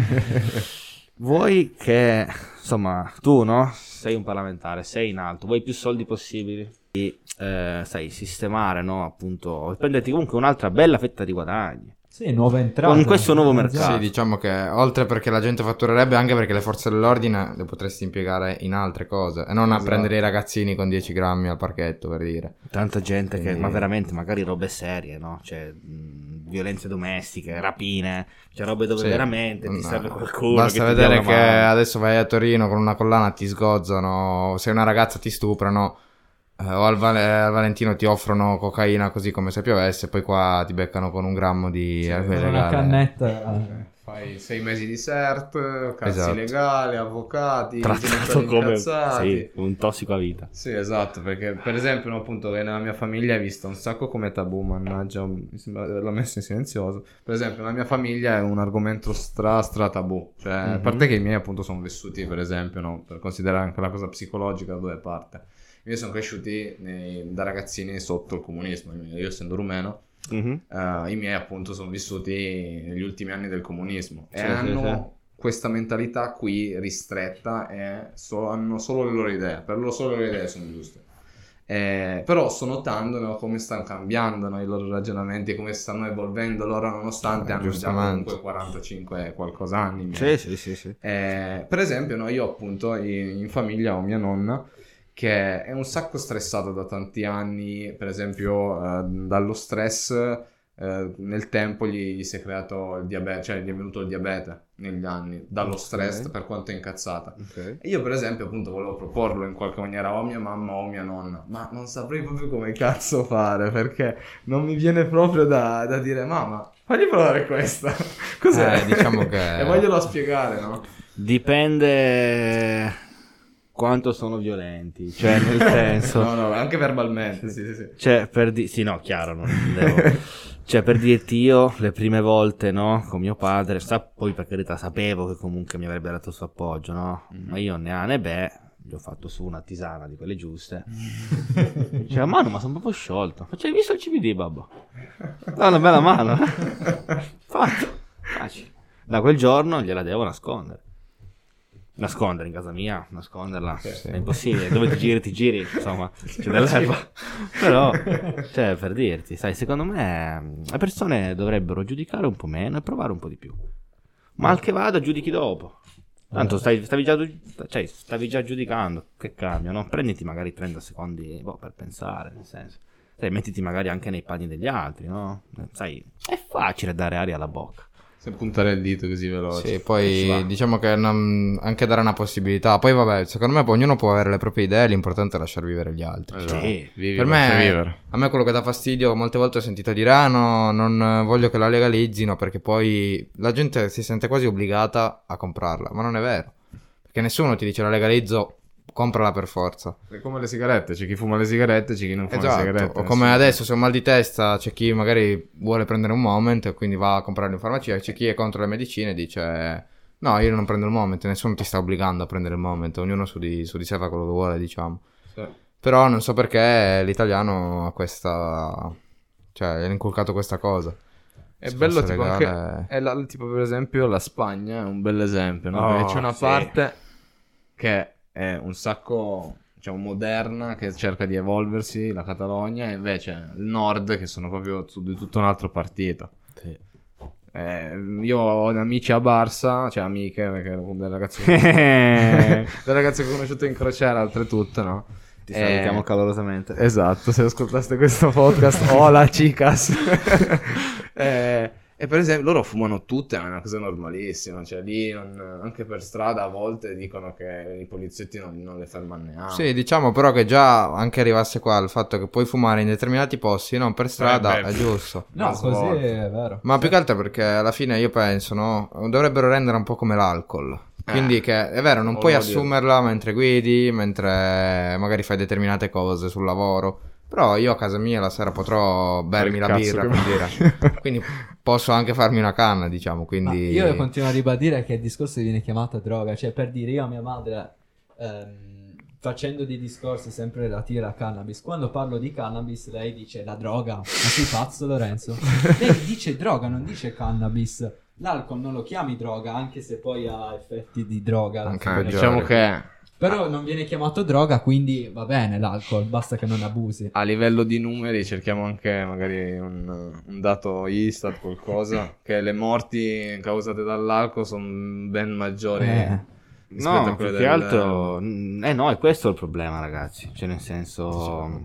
Vuoi che, insomma, tu, no? Sei un parlamentare, sei in alto, vuoi più soldi possibili e, eh, sai, sistemare, no? Appunto, prenderti comunque un'altra bella fetta di guadagni. Sì, nuova entrata. Con questo nuovo mercato. Sì, diciamo che oltre perché la gente fatturerebbe, anche perché le forze dell'ordine le potresti impiegare in altre cose e non a Esatto. prendere i ragazzini con dieci grammi al parchetto, per dire. Tanta gente che, Quindi- ma veramente, magari robe serie, no? Cioè, mh, violenze domestiche, rapine, cioè robe dove Sì. veramente ti No. serve qualcuno. Basta che ti vedere dia una che mano. adesso vai a Torino con una collana, ti sgozzano, sei una ragazza ti stuprano, eh, o al, Val- al Valentino ti offrono cocaina così come se piovesse, poi qua ti beccano con un grammo di alcol Con una illegale. cannetta. eh. Fai sei mesi di C E R T, cazzi Esatto. legali, avvocati, Trattato genitori come incazzati. sì, un tossico a vita. Sì, esatto, perché per esempio, no, appunto, che nella mia famiglia è visto un sacco come tabù, mannaggia, mi sembra di averlo messo in silenzioso. Per esempio, nella mia famiglia è un argomento stra stra tabù, cioè, a Mhm. parte che i miei appunto sono vissuti, per esempio, no, per considerare anche la cosa psicologica da dove parte. I miei sono cresciuti nei- da ragazzini sotto il comunismo, io essendo rumeno. Mhm. Uh, i miei appunto sono vissuti negli ultimi anni del comunismo e Sì, sì, hanno questa mentalità qui ristretta e so- hanno solo le loro idee, per loro solo le loro idee sono giuste. Eh, però sto notando, no, come stanno cambiando, no, i loro ragionamenti, come stanno evolvendo loro nonostante Eh, hanno già giustamente. comunque quarantacinque e qualcosa anni. i Sì, miei. sì, sì, sì. Eh, per esempio, no, io appunto in, in famiglia ho mia nonna che è un sacco stressata da tanti anni, per esempio eh, dallo stress eh, nel tempo gli, gli si è creato il diabete, cioè gli è venuto il diabete negli anni, dallo Ok. stress per quanto è incazzata. Ok. E io per esempio appunto volevo proporlo in qualche maniera o a mia mamma o a mia nonna, ma non saprei proprio come cazzo fare perché non mi viene proprio da, da dire mamma, fagli provare questa. Cos'è? Eh, diciamo che- e voglio spiegare, no? Dipende quanto sono violenti, cioè nel senso, No, no, anche verbalmente, sì, sì, sì. cioè per di- sì, no, chiaro, non devo. Cioè per dirti io le prime volte, no, con mio padre, sa- poi per carità sapevo che comunque mi avrebbe dato il suo appoggio, no? Ma io né A né B, gli ho fatto su una tisana di quelle giuste. Cioè, mano, ma sono proprio sciolto. Faccio, hai visto il C B D, babbo? Dà una bella mano. Fatto. Facile. Da quel giorno gliela devo nascondere. nascondere in casa mia, nasconderla Sì. è impossibile, dove ti giri ti giri, insomma, c'è dell'erba. Però, cioè, per dirti, sai, secondo me le persone dovrebbero giudicare un po' meno e provare un po' di più. Mal che vada, giudichi dopo. Tanto stai, stavi, già, cioè, stavi già giudicando, che cambia, no? Prenditi magari trenta secondi boh, per pensare, nel senso. Sai, mettiti magari anche nei panni degli altri, no? Sai, è facile dare aria alla bocca. Se puntare il dito così veloce. Sì, Ci poi va. diciamo che non- anche dare una possibilità. Poi vabbè, secondo me poi ognuno può avere le proprie idee, l'importante è lasciar vivere gli altri. Esatto. Sì. Vivi, Per lascia me, vivere. a me quello che dà fastidio, molte volte ho sentito dire ah no, non voglio che la legalizzino perché poi la gente si sente quasi obbligata a comprarla, ma non è vero, perché nessuno ti dice la legalizzo, comprala per forza. È come le sigarette, c'è chi fuma le sigarette, c'è chi non fuma le Esatto, sigarette. o come nessuno- adesso se ho mal di testa c'è chi magari vuole prendere un Moment e quindi va a comprarlo in farmacia, c'è chi è contro le medicine e dice no io non prendo il Moment, nessuno ti sta obbligando a prendere il Moment, ognuno su di, su di sé fa quello che vuole, diciamo. Sì. Però non so perché l'italiano ha questa, cioè gli hanno inculcato questa cosa. È Se bello fosse tipo legale- anche è la- tipo per esempio la Spagna è un bel esempio, no? Oh, Perché c'è una sì. parte che è un sacco diciamo moderna che cerca di evolversi, la Catalogna, e invece il nord che sono proprio su di tutto un altro partito. Sì. Eh, io ho amici a Barça, cioè amiche, perché ero delle ragazze delle ragazze che ho conosciuto in crociera oltretutto, no? Ti salutiamo Eh, calorosamente. Esatto, se ascoltaste questo podcast, hola chicas. eh, e per esempio loro fumano tutte, è una cosa normalissima, cioè lì non- anche per strada a volte dicono che i poliziotti non, non le fermano neanche. Sì, diciamo però che già anche arrivasse qua il fatto che puoi fumare in determinati posti, non per strada, Eh, beh, è giusto. No, Una così svolta. è vero. Ma più che altro perché alla fine io penso, no? Dovrebbero rendere un po' come l'alcol. Quindi che è vero, non volevo puoi dire. assumerla mentre guidi, mentre magari fai determinate cose sul lavoro. Però io a casa mia la sera potrò bermi la cazzo birra, che per vuoi. dire. Quindi posso anche farmi una canna, diciamo, Ma quindi... io continuo a ribadire che il discorso viene chiamato droga, cioè per dire io a mia madre ehm, facendo dei discorsi sempre relativi alla cannabis, quando parlo di cannabis lei dice la droga, ma sei pazzo Lorenzo? Lei dice droga, non dice cannabis. L'alcol non lo chiami droga, anche se poi ha effetti di droga. Anche Eh, peggiore. diciamo che Però non viene chiamato droga, quindi va bene l'alcol, basta che non abusi. a livello di numeri cerchiamo anche magari un, un dato Istat, qualcosa, che le morti causate dall'alcol sono ben maggiori Eh. rispetto a No, quelle più che del- altro, mm, eh no, è questo il problema, ragazzi. Cioè, nel senso,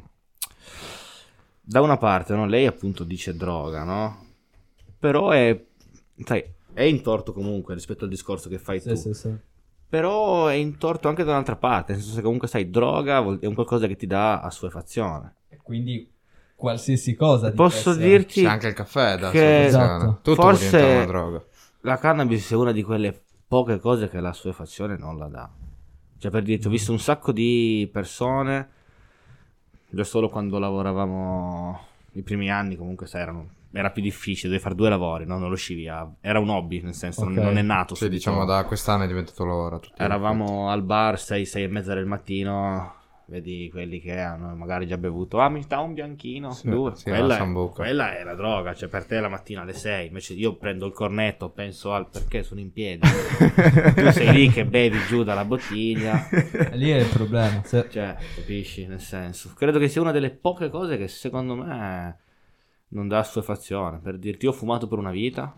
da una parte, no, lei appunto dice droga, no? Però è, sai, è in torto comunque rispetto al discorso che fai Sì, tu. sì, sì. Però è in torto anche da un'altra parte, nel senso che comunque, sai, droga vuol- è un qualcosa che ti dà assuefazione. E quindi qualsiasi cosa di Posso queste- dirti C'è anche il caffè da che- associazione. Esatto. Tutto Forse- può diventare una droga. la cannabis è una di quelle poche cose che la assuefazione non la dà. Cioè, per dirti, ho visto un sacco di persone, già solo quando lavoravamo i primi anni, comunque sai, erano, era più difficile, dovevi fare due lavori, no? Non riuscivi a... Era un hobby, nel senso, non- Ok. non è nato Cioè, subito. diciamo da quest'anno è diventato lavoro. a tutti gli Eravamo al bar sei, sei e mezza del mattino, vedi quelli che hanno magari già bevuto, ah mi sta un bianchino, Sì, due, sì, quella, la è, sambuca. quella è la droga, cioè per te la mattina alle sei, invece io prendo il cornetto, penso al perché sono in piedi, tu sei lì che bevi giù dalla bottiglia, E lì è il problema. Se- cioè capisci, nel senso, credo che sia una delle poche cose che secondo me non dà assuefazione, per dirti, io ho fumato per una vita.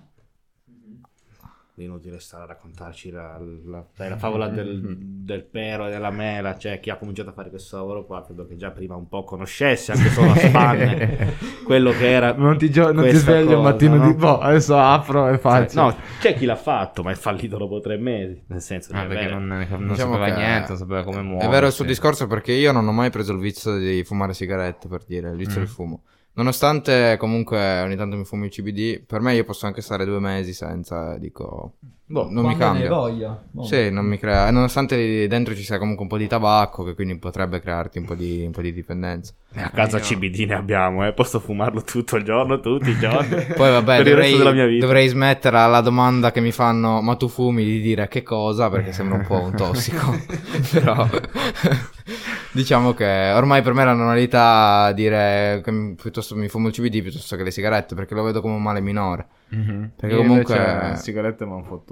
È inutile stare a raccontarci la, la, dai, la favola del, del pero e della mela, cioè chi ha cominciato a fare questo lavoro qua credo che già prima un po' conoscesse anche solo a spanne quello che era Non ti, gio- non ti questa svegli un cosa, mattino no? di boh, adesso apro e faccio. no, c'è chi l'ha fatto ma è fallito dopo tre mesi, nel senso Ah, che è perché vero. non, non Diciamo sapeva che- niente, non sapeva come muoversi. È vero il suo discorso perché io non ho mai preso il vizio di fumare sigarette, per dire, il vizio Mm. del fumo. Nonostante comunque ogni tanto mi fumo il C B D, per me io posso anche stare due mesi senza, e dico, boh, non mi quando ne hai cambia. voglia. Boh. Sì, non mi crea, e nonostante lì dentro ci sia comunque un po' di tabacco, che quindi potrebbe crearti un po' di, un po' di dipendenza. A casa C B D ne abbiamo, eh. Posso fumarlo tutto il giorno, tutti i giorni. Poi vabbè, per il dovrei, resto della mia vita. dovrei smettere alla domanda che mi fanno, ma tu fumi, di dire che cosa, perché sembra un po' un tossico. Però diciamo che ormai per me è la normalità dire che mi- piuttosto mi fumo il C B D piuttosto che le sigarette, perché lo vedo come un male minore. Mhm. Perché Io comunque- invece le sigarette mi hanno fottuto.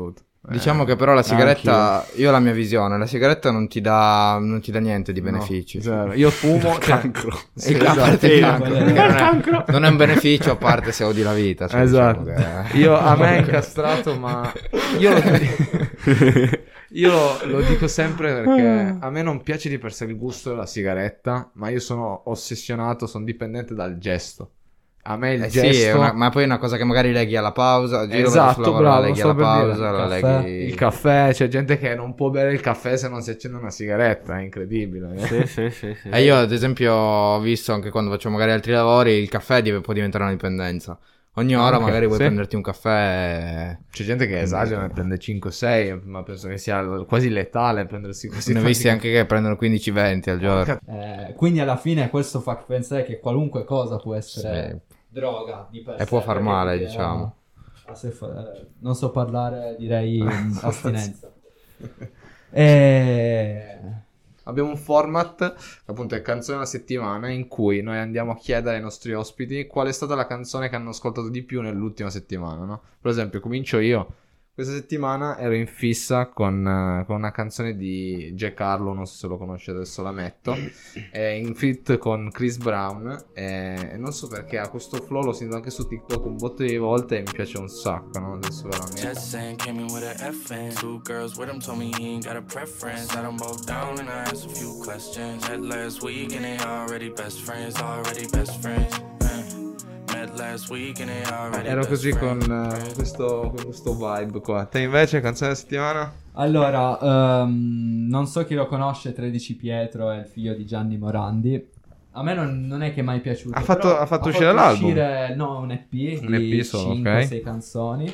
Diciamo che però la sigaretta, io ho la mia visione, la sigaretta non ti dà, non ti dà niente di benefici. No, zero. Io fumo, cioè, Cancro. Sì, Sì, a parte il esatto. cancro, Quello che è- non, è, non è un beneficio a parte se odi la vita. Cioè, esatto. diciamo che- Io a me è incastrato, ma io lo, io lo, lo dico sempre perché a me non piace di per sé il gusto della sigaretta, ma io sono ossessionato, sono dipendente dal gesto. A me il Eh gesto sì, è una- ma poi è una cosa che magari leghi alla pausa. Giro vedo Esatto, sul lavoro, bravo, la leghi sto alla per dire. pausa, la Il caffè. leghi... il caffè, c'è gente che non può bere il caffè se non si accende una sigaretta, è incredibile. eh. Sì, sì, sì, sì. E io ad esempio ho visto anche quando faccio magari altri lavori, il caffè div- può diventare una dipendenza. Ogni ora Anche, magari vuoi sì. prenderti un caffè. C'è gente che esagera e prende cinque sei, ma penso che sia quasi letale prendersi così. Ne ho tanti visti anche che prendono quindici venti al giorno. Porca- Eh, quindi alla fine questo fa pensare che qualunque cosa può essere droga di per E sé, può far perché male, ti- diciamo. ah, se fa- eh, non so parlare, direi mm, astinenza. E... Abbiamo un format, appunto è canzone della settimana, in cui noi andiamo a chiedere ai nostri ospiti qual è stata la canzone che hanno ascoltato di più nell'ultima settimana, no? Per esempio, comincio io. Questa settimana ero in fissa con, eh, con una canzone di Jack Harlow, non so se lo conoscete, adesso la metto, è in feat con Chris Brown, e non so perché ha questo flow, l'ho sentito anche su TikTok un botto di volte e mi piace un sacco, no? Adesso veramente. Just saying, came in with a F N. Two girls with him told me he ain't got a preference. Got them both down and I asked a few questions. Met last week and they already best friends, already best friends. Uh, Met last week and they already Ero best così con friends. eh, questo, con questo vibe qua. Te invece, canzone della settimana? Allora, ehm, non so chi lo conosce, tredici Pietro è il figlio di Gianni Morandi. A me non, non è che mi è piaciuto. Ha fatto- però ha fatto uscire l'album? uscire, no, un E P Un E P di solo, cinque ok. sei canzoni.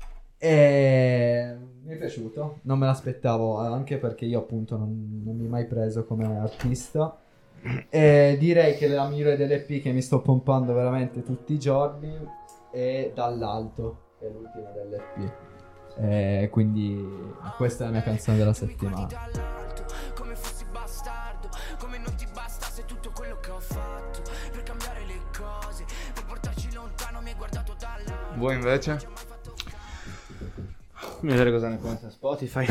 E mi è piaciuto, non me l'aspettavo, anche perché io appunto non, non mi hai mai preso come artista. E direi che la migliore delle E P che mi sto pompando veramente tutti i giorni è Dall'Alto, è l'ultima delle E P. E quindi questa è la mia canzone della settimana. Come fossi bastardo, come non ti bastasse tutto quello che ho fatto per cambiare le cose, per portarci lontano, mi hai guardato dall'alto. Voi invece? Mi vedere cosa ne pensa Spotify.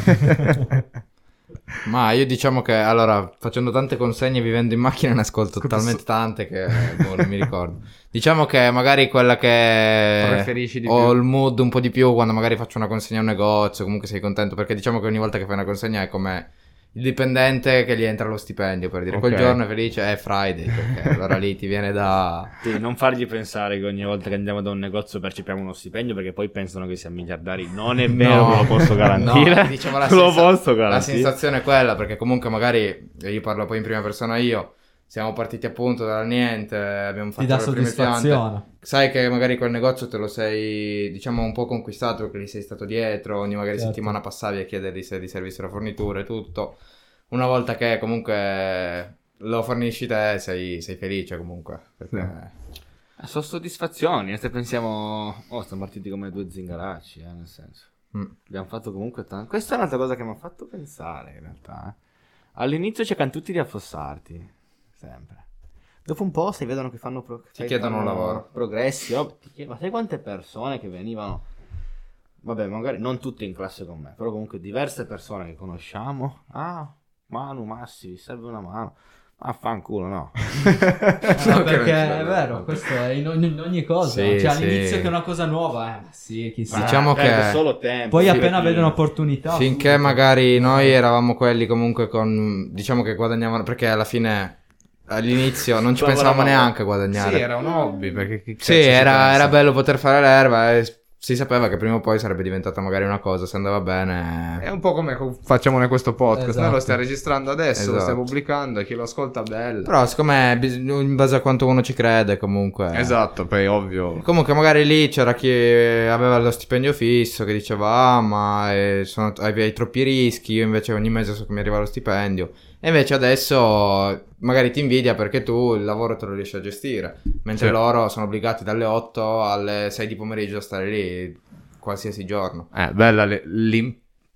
Ma io diciamo che allora facendo tante consegne vivendo in macchina ne ascolto talmente tante che boh, non mi ricordo. Diciamo che magari quella che Preferisci di ho più? il mood un po' di più quando magari faccio una consegna a un negozio, comunque sei contento perché diciamo che ogni volta che fai una consegna è come il dipendente che gli entra lo stipendio, per dire quel Ok. giorno è felice, è Friday, perché allora lì ti viene da... Sì, non fargli pensare che ogni volta che andiamo da un negozio percepiamo uno stipendio, perché poi pensano che siamo miliardari. Non è vero, No. ve lo posso garantire. No, diciamo la, Ve lo sensa- posso la garantire. sensazione è quella, perché comunque magari, e io parlo poi in prima persona io, siamo partiti appunto dal niente, abbiamo fatto Ti dà le prime piante. soddisfazione. Sai che magari quel negozio te lo sei, diciamo, un po' conquistato perché gli sei stato dietro, ogni magari Certo. settimana passavi a chiedergli se ti servissero forniture e tutto. Una volta che comunque lo fornisci te sei, sei felice comunque, perché... Eh, Sono soddisfazioni. E se pensiamo, oh, siamo partiti come due zingaracci, eh, nel senso. Mm. Abbiamo fatto comunque tanto. Questa è un'altra cosa che mi ha fatto pensare, in realtà. eh. All'inizio cercano tutti di affossarti, sempre. Dopo un po' si vedono che fanno, pro- sai, chiedono fanno lavoro. progressi. oh, ti chiedo, ma sai quante persone che venivano? Vabbè, magari non tutte in classe con me, però comunque diverse persone che conosciamo. Ah, Manu, Massi, vi serve una mano. Affanculo, no. No, che perché non ce è l'ho. vero, questo è in ogni, in ogni cosa. Sì, cioè sì. all'inizio che è una cosa nuova, eh, sì, chissà. Diciamo perde che- solo tempo. Poi sì, appena perché- vedono un'opportunità. Finché subito. magari noi eravamo quelli comunque con, diciamo che guadagnavano, perché alla fine all'inizio non ci pensavamo Lavoravamo. neanche a guadagnare. Sì, era un hobby, perché chi Sì, cazzo ci era, pensa? era bello poter fare l'erba e si sapeva che prima o poi sarebbe diventata magari una cosa, se andava bene. È un po' come co- facciamo noi questo podcast. Noi Esatto. lo stiamo registrando adesso, lo Esatto. stiamo pubblicando e chi lo ascolta bello. Però secondo me bis- in base a quanto uno ci crede comunque. Esatto, poi ovvio. Comunque magari lì c'era chi aveva lo stipendio fisso che diceva ah ma eh, sono, hai, hai troppi rischi, io invece ogni mese so che mi arriva lo stipendio. E invece adesso magari ti invidia perché tu il lavoro te lo riesci a gestire, mentre Sì. loro sono obbligati dalle otto alle sei di pomeriggio a stare lì qualsiasi giorno. Eh, bella le- l'im...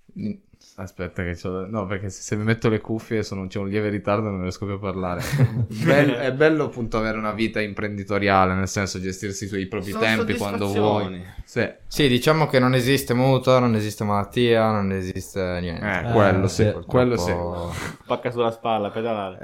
Aspetta che c'ho... No, perché se, se mi metto le cuffie sono, c'è un lieve ritardo e non riesco più a parlare. Bel- è bello appunto avere una vita imprenditoriale, nel senso gestirsi i suoi propri Sono tempi quando vuoi. soddisfazioni. Sì. Sì, diciamo che non esiste mutuo, non esiste malattia, non esiste niente. Eh, Eh, quello sì, sì. quello sì. Purtroppo- Pacca sulla spalla, pedalare.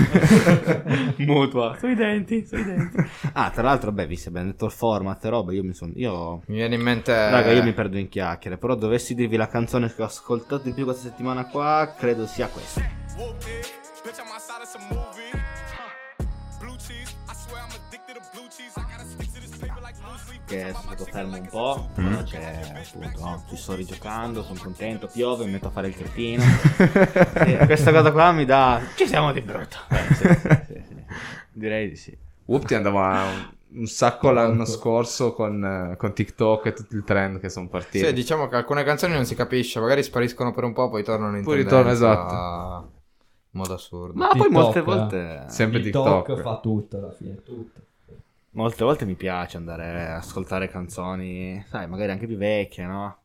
Mutua. Sui denti, sui denti. Ah, tra l'altro, beh, visto abbiamo detto il format e roba, io mi sono... Io... Mi viene in mente... Raga, io mi perdo in chiacchiere, però dovessi dirvi la canzone che ho ascoltato di più questa settimana qua, credo sia questa. Bitch, I'm outside of some movie. Blue cheese, I swear I'm addicted to blue cheese. I gotta stick to this paper like blue sleep. Che sono stato fermo un po', però c'è appunto, no, ci sto rigiocando, sono contento, piove, mi metto a fare il cretino. E questa cosa qua mi dà... Ci siamo di brutto. Eh, sì, sì, sì, sì. Direi di sì. Whoopty andava un, un sacco l'anno scorso con, eh, con TikTok e tutto il trend che sono partiti. Sì, diciamo che alcune canzoni non si capisce, magari spariscono per un po', poi tornano in Poi tendenza ritorno, esatto. in modo assurdo. Ma poi TikTok, molte eh. volte... Sempre TikTok, TikTok. fa tutto alla fine, tutto. Molte volte mi piace andare a ascoltare canzoni, sai, magari anche più vecchie, no?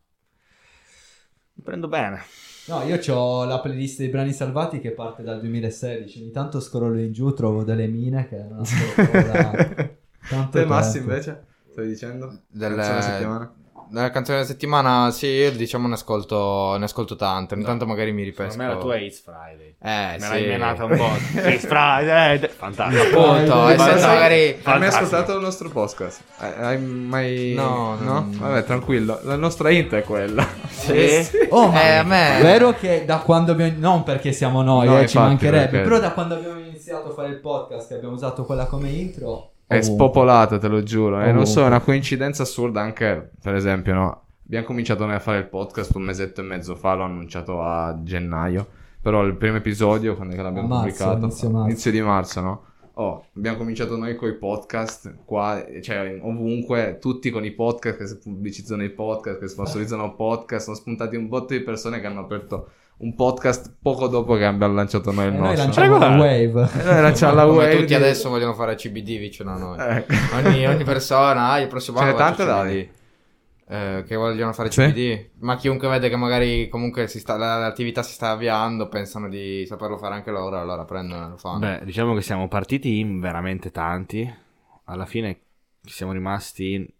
Mi prendo bene. No, io ho la playlist dei brani salvati che parte dal duemilasedici. Ogni tanto scrollo in giù, trovo delle mine che non ascolto da tanto Te Massi tempo. invece? Stavi dicendo? Delle- Canzone della settimana? Nella canzone della settimana, sì, io diciamo ne ascolto, ne ascolto tante. Ogni tanto magari mi ripesco. Secondo me la tua è It's Friday. Eh, Me sì. l'hai menata un po'. It's Friday. Fantastico. Appunto, Dai, essendo dai, magari... Hai mai Fantastico. ascoltato il nostro podcast? Hai hai mai... No, no? non- Vabbè, tranquillo. La nostra int è quella. Sì. Oh, ma Eh, a me... vero che da quando abbiamo... Non perché siamo noi, No, eh, ci infatti, mancherebbe. perché- Però da quando abbiamo iniziato a fare il podcast, che abbiamo usato quella come intro... È ovunque. spopolata, te lo giuro. E non so, è Ovunque. una coincidenza assurda anche, per esempio, no? Abbiamo cominciato noi a fare il podcast un mesetto e mezzo fa, l'ho annunciato a gennaio. Però il primo episodio, quando è che l'abbiamo A marzo, pubblicato? inizio marzo. di marzo, no? Oh, abbiamo cominciato noi con i podcast qua, cioè ovunque, tutti con i podcast che si pubblicizzano i podcast, che sponsorizzano podcast, sono spuntati un botto di persone che hanno aperto un podcast poco dopo che abbiamo lanciato noi il E noi nostro. lanciamo la Regolare. wave. E noi lanciamo la Come wave tutti di- adesso vogliono fare C B D vicino a noi. Ecco. Ogni, ogni persona, ah, il prossimo Ce anno n'è faccio tante da C B D. dire. Eh, che vogliono fare Sì. C B D. Ma chiunque vede che magari comunque si sta, l'attività si sta avviando, pensano di saperlo fare anche loro, allora prendono e lo fanno. Beh, diciamo che siamo partiti in veramente tanti. Alla fine ci siamo rimasti in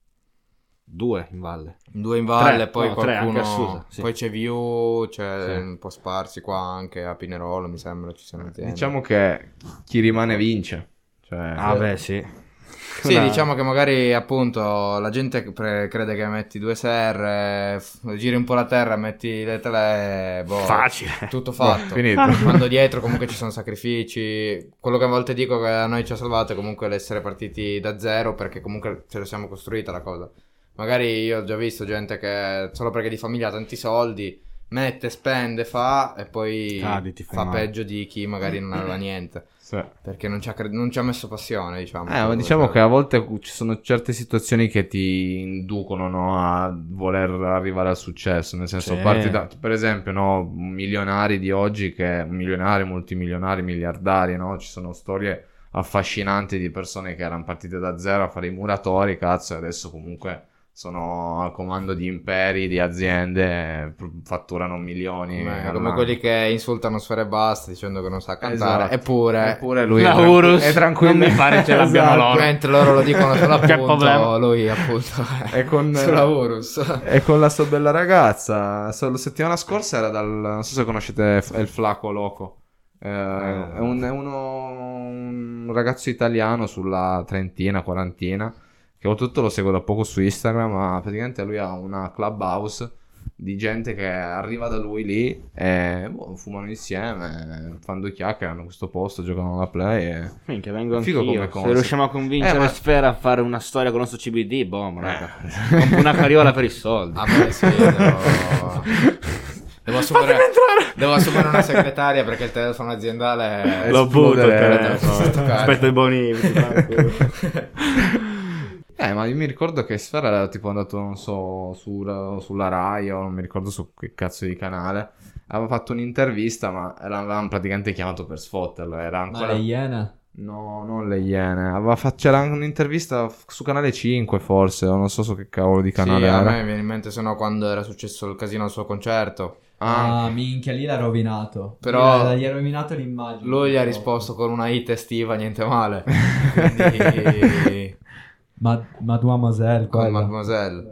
due in valle. Due in valle, Tre, poi no, tre, qualcuno... anche a Susa, sì. Poi c'è View, c'è Sì. un po' sparsi qua anche a Pinerolo, mi sembra, ci siamo insieme. Diciamo che chi rimane vince. Cioè, Ah, beh, sì. Sì, Una- diciamo che magari appunto la gente pre- crede che metti due serre, f- giri un po' la terra, metti le tele, boh, Facile. tutto fatto. finito. Quando dietro comunque ci sono sacrifici. Quello che a volte dico che a noi ci ha salvato è comunque l'essere partiti da zero, perché comunque ce la siamo costruita la cosa. Magari io ho già visto gente che solo perché di famiglia ha tanti soldi mette, spende, fa e poi Cadi, ti fai fa male. peggio di chi magari non aveva niente. Sì. Perché non ci ha, cre- non ci ha messo passione, diciamo. Eh, ma diciamo che a volte ci sono certe situazioni che ti inducono, no, a voler arrivare al successo. Nel senso, Sì. parti da, per esempio, no, milionari di oggi, che milionari, multimilionari, miliardari, no? Ci sono storie affascinanti di persone che erano partite da zero a fare i muratori, cazzo, e adesso comunque sono al comando di imperi, di aziende, eh, fatturano milioni. Beh, all'anno. come quelli che insultano Sfera Basta dicendo che non sa cantare, Esatto. eppure, Eppure lui è, La tranqu- Urus, è tranquillo. non mi pare ce l'abbiano Esatto. loro. mentre loro lo dicono solo Che appunto, problema. lui appunto E con, sulla Urus. e con la sua bella ragazza. So- La settimana scorsa era dal... Non so se conoscete F- El Flaco Loco. Eh, è, un, è uno, un ragazzo italiano sulla trentina, quarantina, che oltretutto lo seguo da poco su Instagram, ma praticamente lui ha una clubhouse di gente che arriva da lui lì e boh, fumano insieme, fanno due chiacchiere, hanno questo posto, giocano alla play e... Minchia, vengo Figo anch'io. come Se concept. riusciamo a convincere Eh, ma- Sfera a fare una storia con il nostro C B D, boh, raga. Compro una carriola per i soldi. Ah beh sì, devo... devo assumere devo assumere una segretaria perché il telefono aziendale è Lo butto il esplodere. telefono. Aspetta i bonifici, tranquillo. Eh, ma io mi ricordo che Sfera era tipo andato, non so, su, sulla Rai o non mi ricordo su che cazzo di canale. Aveva fatto un'intervista, ma l'avevano praticamente chiamato per sfotterlo. Era Ma ancora... le Iene? No, non le Iene. Aveva fatto... C'era un'intervista su Canale cinque forse, o non so su che cavolo di sì, canale a era. me viene in mente se no quando era successo il casino al suo concerto. Ah, Ah, minchia, lì l'ha rovinato. Però- Gli ha rovinato l'immagine. Lui gli ha risposto con una hit estiva, niente male. Quindi Ma- Mademoiselle, con quella. Mademoiselle.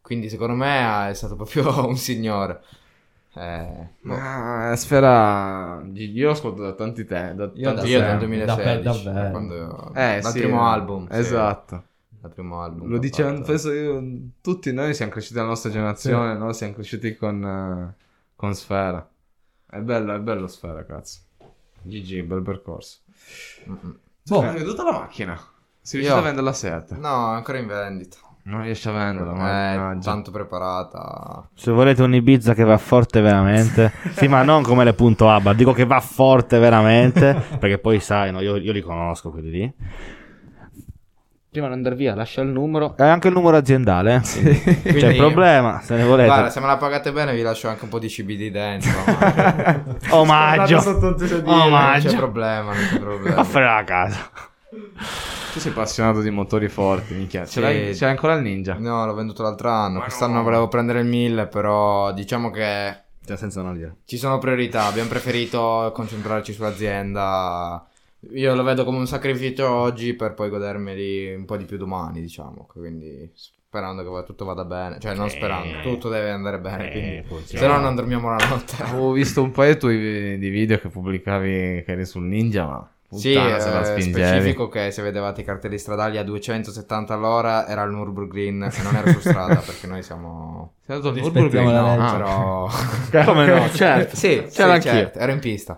Quindi secondo me è stato proprio un signore. Eh, boh. Ma Sfera, io lo ascolto da tanti tempi. Da Io da tanti Io dal tempi. duemilasedici, Da- davvero. quando, Eh, dal sì, primo eh. album. sì. Esatto. Dal primo album. Lo che ha dicevano, fatto. penso io, tutti noi siamo cresciuti nella nostra generazione, no? Siamo cresciuti con, eh, con Sfera. È bello, è bello Sfera, cazzo. G G, bel percorso. Mm-mm. Boh. Hai venduto la macchina? Si Io- riuscite a venderla a sette? No, è ancora in vendita. Non riesci a venderla, È mannaggia. tanto preparata. Se volete un Ibiza che va forte veramente, sì, ma non come le punto ABBA, dico che va forte veramente, perché poi sai, no, io, io li conosco quelli lì. Prima di andare via, lascia il numero. E anche il numero aziendale. eh. Quindi Quindi- c'è il problema, se ne volete. Guarda, se me la pagate bene vi lascio anche un po' di C B D dentro. ma Omaggio. Sotto un sedile. non c'è Omaggio. problema, non c'è problema. A fare la casa. Tu sei appassionato di motori forti, minchia. Ce Sì. l'hai, ce l'hai ancora il Ninja? No, l'ho venduto l'altro anno. Ma Quest'anno no. volevo prendere il mille, però diciamo che Cioè, senza una lira. ci sono priorità. Abbiamo preferito concentrarci sull'azienda. Io lo vedo come un sacrificio oggi per poi godermeli un po' di più domani, diciamo. Quindi sperando che va- tutto vada bene. Cioè, non Eh. sperando, tutto deve andare bene. Eh, Quindi, funziona. se no, non dormiamo la notte. Avevo visto un paio tuoi di video che pubblicavi che eri sul Ninja, ma Sì, puttana se la eh, spingevi. specifico che se vedevate i cartelli stradali a duecentosettanta all'ora era il Nürburgring e non era su strada perché noi siamo... Sei andato al Rispettiamo Nürburgring? la No, legge. ah. Però... Come no? Certo. Sì, C'era sì, anch'io. certo, ero in pista.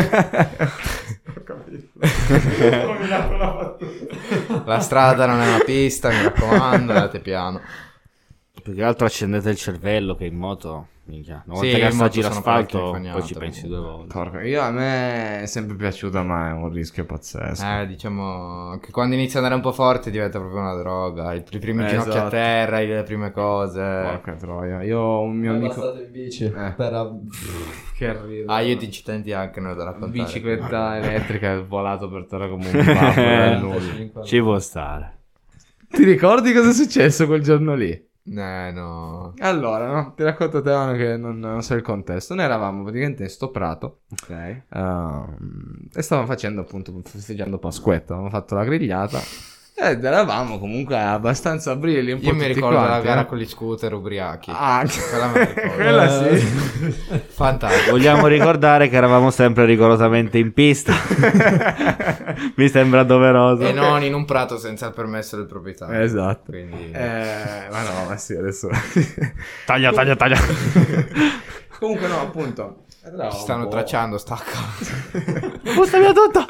La strada non è una pista, mi raccomando, andate piano. Più che altro accendete il cervello che in moto, minchia, una Sì, volta che in assaggi moto sono parecchio l'asfalto infognate, poi ci pensi due volte. Porca, io a me è sempre piaciuta, ma è un rischio pazzesco. Eh, diciamo che quando inizia ad andare un po' forte diventa proprio una droga. I, i primi Eh, ginocchi a esatto. terra, le prime cose. Porca troia. Io ho un mio Mi è amico passato in bici Eh. per... che arriva. Ah, io di incidenti anche ne ho da raccontare. Bicicletta elettrica è volato per terra come un babbo dal nulla. Ci può stare. Ti ricordi cosa è successo quel giorno lì? Eh, no. Allora, no? Ti racconto te Manu, che non, non so il contesto. Noi eravamo praticamente in sto prato Ok. ehm, e stavamo facendo appunto festeggiando Pasquetta. Avevamo fatto la grigliata ed eravamo comunque abbastanza brilli. Un po' Io mi tutti ricordo la quanti, gara eh. con gli scooter ubriachi. Ah, Quella me la ricordo. quella sì. Fantastico. Vogliamo ricordare che eravamo sempre rigorosamente in pista. Mi sembra doveroso. E non in un prato senza il permesso del proprietario. Esatto. Quindi... Eh, ma no, ma sì, adesso. Taglia, taglia, taglia. Comunque, no, appunto. Eravamo Ci stanno un po'- tracciando, stacca. Butta via tutto.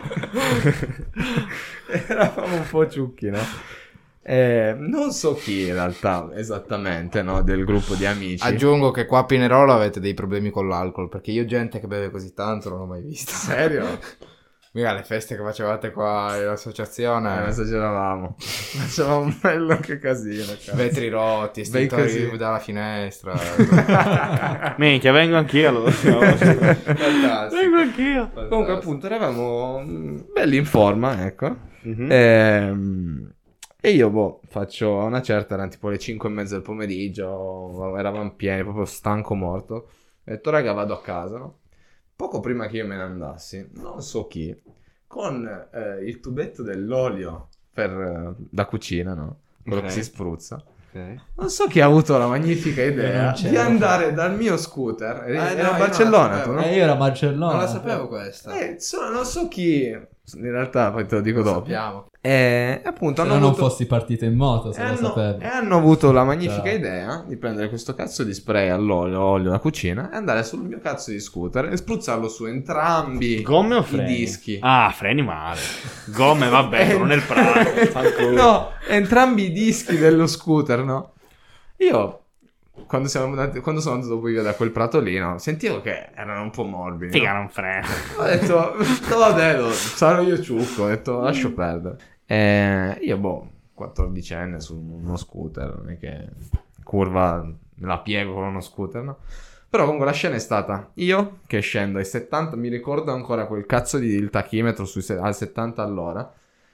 Eravamo un po' ciucchi, no? Eh, non so chi in realtà esattamente, no? Del gruppo di amici. Aggiungo che qua a Pinerolo avete dei problemi con l'alcol, perché io gente che beve così tanto non l'ho mai vista. Serio? Mica le feste che facevate qua Eh, all'associazione, esageravamo. Facevamo un bello che casino. cazzo. vetri rotti, Bei estintori così. dalla finestra. Minchia, vengo anch'io allora. Fantastico. Vengo anch'io. Comunque, appunto, eravamo mm, belli in forma, ecco. Mhm. Ehm, E io, boh, faccio a una certa, erano tipo le cinque e mezza del pomeriggio, eravamo pieni, proprio stanco, morto. Ho detto, raga, vado a casa, no? Poco prima che io me ne andassi, non so chi, con eh, il tubetto dell'olio per, eh, da cucina, no? Quello Ok. che si spruzza. Ok. Non so chi ha avuto la magnifica idea non di c'ero. andare dal mio scooter, eri- Ah, no, era io a non Barcellona, la tu, sapevo. no? Eh, io ero a Barcellona. Non la sapevo questa. Eh, so- non so chi, in realtà poi te lo dico Lo dopo. sappiamo. E appunto Se hanno no non avuto... fossi partito in moto, se E lo hanno, sapevi. e hanno avuto la magnifica Però- idea di prendere questo cazzo di spray all'olio, olio da cucina, e andare sul mio cazzo di scooter e spruzzarlo su entrambi Gomme o i freni? dischi. Ah, freni male. Gomme, vabbè, sono nel prato. Fanculo. No, entrambi i dischi dello scooter, no? Io, quando, siamo andati, quando sono andato poi via da quel prato lì, no, sentivo che erano un po' morbidi. Figa, no? non frena. Ho detto, no, vabbè, lo- sarò io ciucco. Ho detto, lascio perdere. E io, boh, quattordicenne su uno scooter, non è che curva la piego con uno scooter, no? Però comunque la scena è stata io che scendo ai settanta, mi ricordo ancora quel cazzo di il tachimetro sui se- al settanta all'ora.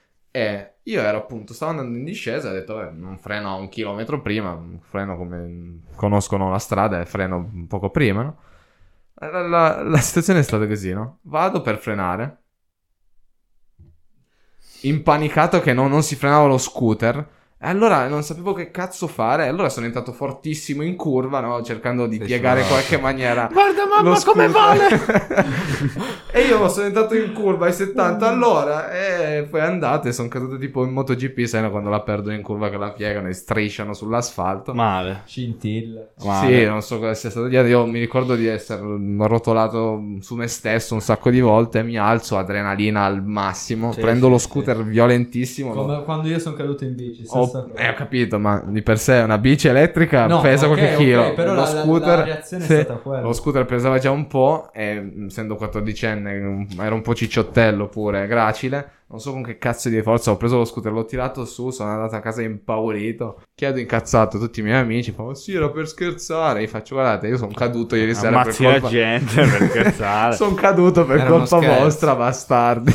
E io ero appunto, stavo andando in discesa e ho detto, vabbè, non freno a un chilometro prima, freno come conoscono la strada e freno un poco prima, no? La, la- la situazione è stata così, no? Vado per frenare, impanicato che non, non si frenava lo scooter, E allora non sapevo che cazzo fare. Allora sono entrato fortissimo in curva, no? Cercando di Sei piegare in scivolato. qualche maniera. Guarda mamma lo come scooter. vale! E io sono entrato in curva ai settanta all'ora e poi è andato e sono caduto tipo in MotoGP, sai, no? Quando la perdono in curva che la piegano e strisciano sull'asfalto. Male. Scintilla. Sì, non so cosa sia stato dietro. Io mi ricordo di essere rotolato su me stesso un sacco di volte. Mi alzo, adrenalina al massimo. Sì, prendo sì, lo sì. scooter violentissimo. lo- Come quando io sono caduto in bici. Ho, stessa cosa. eh, ho capito, ma di per sé una bici elettrica No, pesa ok, qualche ok, chilo. però lo la- la- scooter, la reazione è sì, stata quella. Lo scooter pesava già un po'. E essendo quattordicenne, ero un po' cicciottello pure, gracile. Non so con che cazzo di forza ho preso lo scooter, l'ho tirato su, sono andato a casa impaurito. Chiedo incazzato a tutti i miei amici, fanno sì, era per scherzare. Io faccio, guardate, io sono caduto ieri sera per Ammazzi la colpa... gente per scherzare. sono caduto per Era uno colpa scherzo. vostra, bastardi.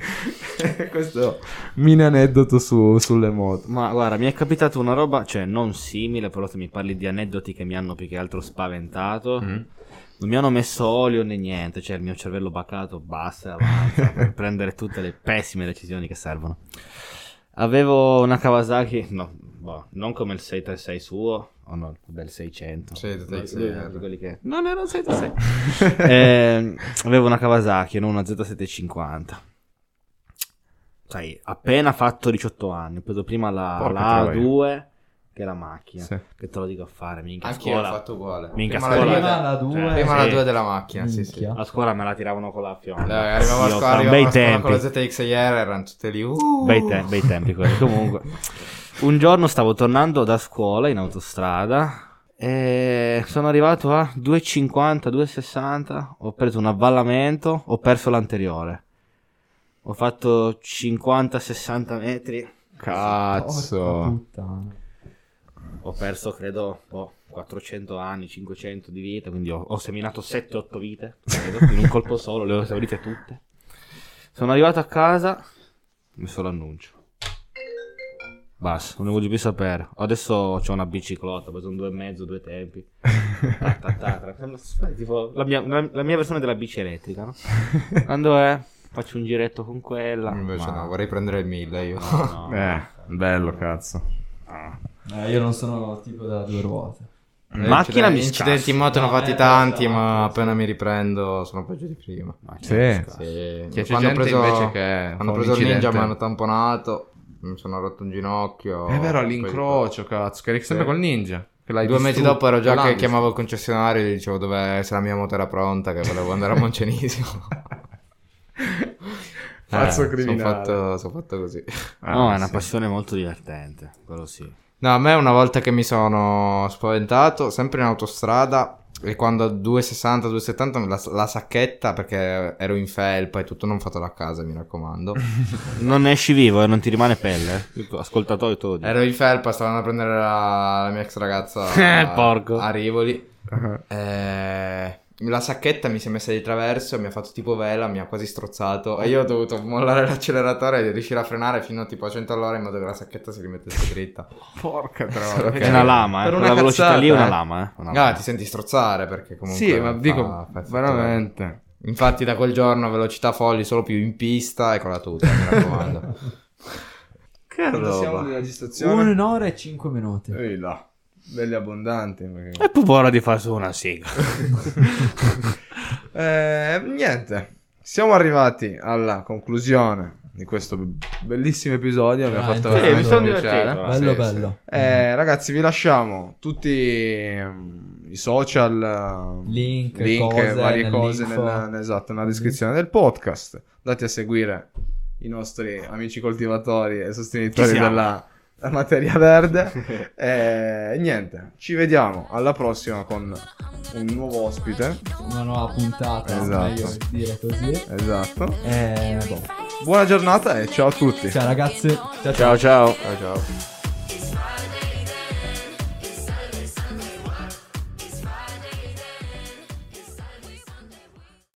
Questo mini aneddoto su, sulle moto. Ma guarda, mi è capitato una roba, cioè non simile, però se mi parli di aneddoti che mi hanno più che altro spaventato. Mm. Non mi hanno messo olio né niente, cioè il mio cervello bacato basta e avanza per prendere tutte le pessime decisioni che servono. Avevo una Kawasaki, no, boh, non come il sei tre sei suo, o no, del seicento. Sì, tutti No, i lui- sei R. quelli che... Non era un sei tre sei. Eh, avevo una Kawasaki, non una Z settecentocinquanta. Sai, appena fatto diciotto anni, ho preso prima la, Porca la A troia. due, che è la macchina, Sì. che te lo dico a fare, minchia, a Anch'io l'ho scuola. fatto uguale. Minchia, prima scuola- la Prima due, la due. Cioè, prima sì. la due della macchina, sì, sì. Minchia. A scuola me la tiravano con la fionda. Dai, arrivavo a Io, scuola, tra arrivavo bei a scuola tempi. con la Z X I R, erano tutte lì. Uh. Bei, te- bei tempi quelli. Comunque, un giorno stavo tornando da scuola in autostrada e sono arrivato a due cinquanta, due sessanta. Ho preso un avvallamento, ho perso l'anteriore. Ho fatto cinquanta sessanta metri. Cazzo. Porca puttana. Ho perso, credo, boh, quattrocento anni, cinquecento di vita. Quindi ho, ho seminato sette otto vite. Credo, in un colpo solo, le ho esaurite tutte. Sono arrivato a casa, ho messo l'annuncio. Basta, non ne voglio più sapere. Adesso ho una biciclotta, ho preso un due e mezzo, due tempi. Ta, ta, ta, ta. Tipo, la, mia, la, la mia versione della bici elettrica, no? Quando è? Faccio un giretto con quella. Invece ma- no, vorrei prendere il mille io. no, no. Eh, bello cazzo. Eh, io non sono tipo da due ruote. Macchina mi Incidenti in moto ne ho No, fatti eh, tanti, no, ma no, appena mi riprendo sono peggio di prima. Sì. Sì. Che c'è Quando ho gente preso, invece che fa quando ho un preso il ninja incidente. mi hanno tamponato, mi sono rotto un ginocchio. È vero, poi- all'incrocio, cazzo. Che eri sempre Sì. col ninja. Che l'hai Due mesi distrutto. dopo ero già che Landis. chiamavo il concessionario e gli dicevo dove se la mia moto era pronta, che volevo andare a Moncenisio. Pazzo Sono criminale. fatto, son fatto così. Ah, No, è una sì. passione molto divertente, quello sì. No, a me una volta che mi sono spaventato, sempre in autostrada, e quando a due sessanta, due settanta la, la sacchetta, perché ero in felpa e tutto, non fatelo a casa, mi raccomando. Non ne esci vivo e non ti rimane pelle. eh? Ascoltatore te lo dico. Ero in felpa, stavo andando a prendere la, la mia ex ragazza Eh, a, porco. a Rivoli. Uh-huh. Eh, la sacchetta mi si è messa di traverso, mi ha fatto tipo vela, mi ha quasi strozzato e io ho dovuto mollare l'acceleratore e riuscire a frenare fino tipo a cento all'ora in modo che la sacchetta si rimettesse dritta. Porca troia. Solo che- È una lama, eh. Per Per una la velocità cazzata, lì è una eh. lama, eh. Una Ah, lama. ti senti strozzare perché comunque Sì, ma fa- dico, fa effetto- veramente. Infatti da quel giorno velocità folli solo più in pista e con la tuta, mi raccomando. Che roba. di registrazione? Un'ora e cinque minuti. Ehi là, belli abbondanti. perché- È proprio ora di fare su una siga. Eh, niente, siamo arrivati alla conclusione di questo bellissimo episodio. Mi ha Ah, fatto sì, veramente mi sono piacere. divertito. Bello, Sì, bello. sì. Eh, ragazzi, vi lasciamo tutti mm, i social, eh, Link, link cose, varie cose nell'info. nella, esatto, nella descrizione del podcast. Andate a seguire i nostri amici coltivatori e sostenitori Ci siamo. della la materia verde. E niente, ci vediamo alla prossima con un nuovo ospite. Una nuova puntata, Esatto. meglio dire così. Esatto. Eh, boh. Buona giornata e ciao a tutti. Ciao ragazzi. Ciao ciao. Ciao ciao. Ciao ciao.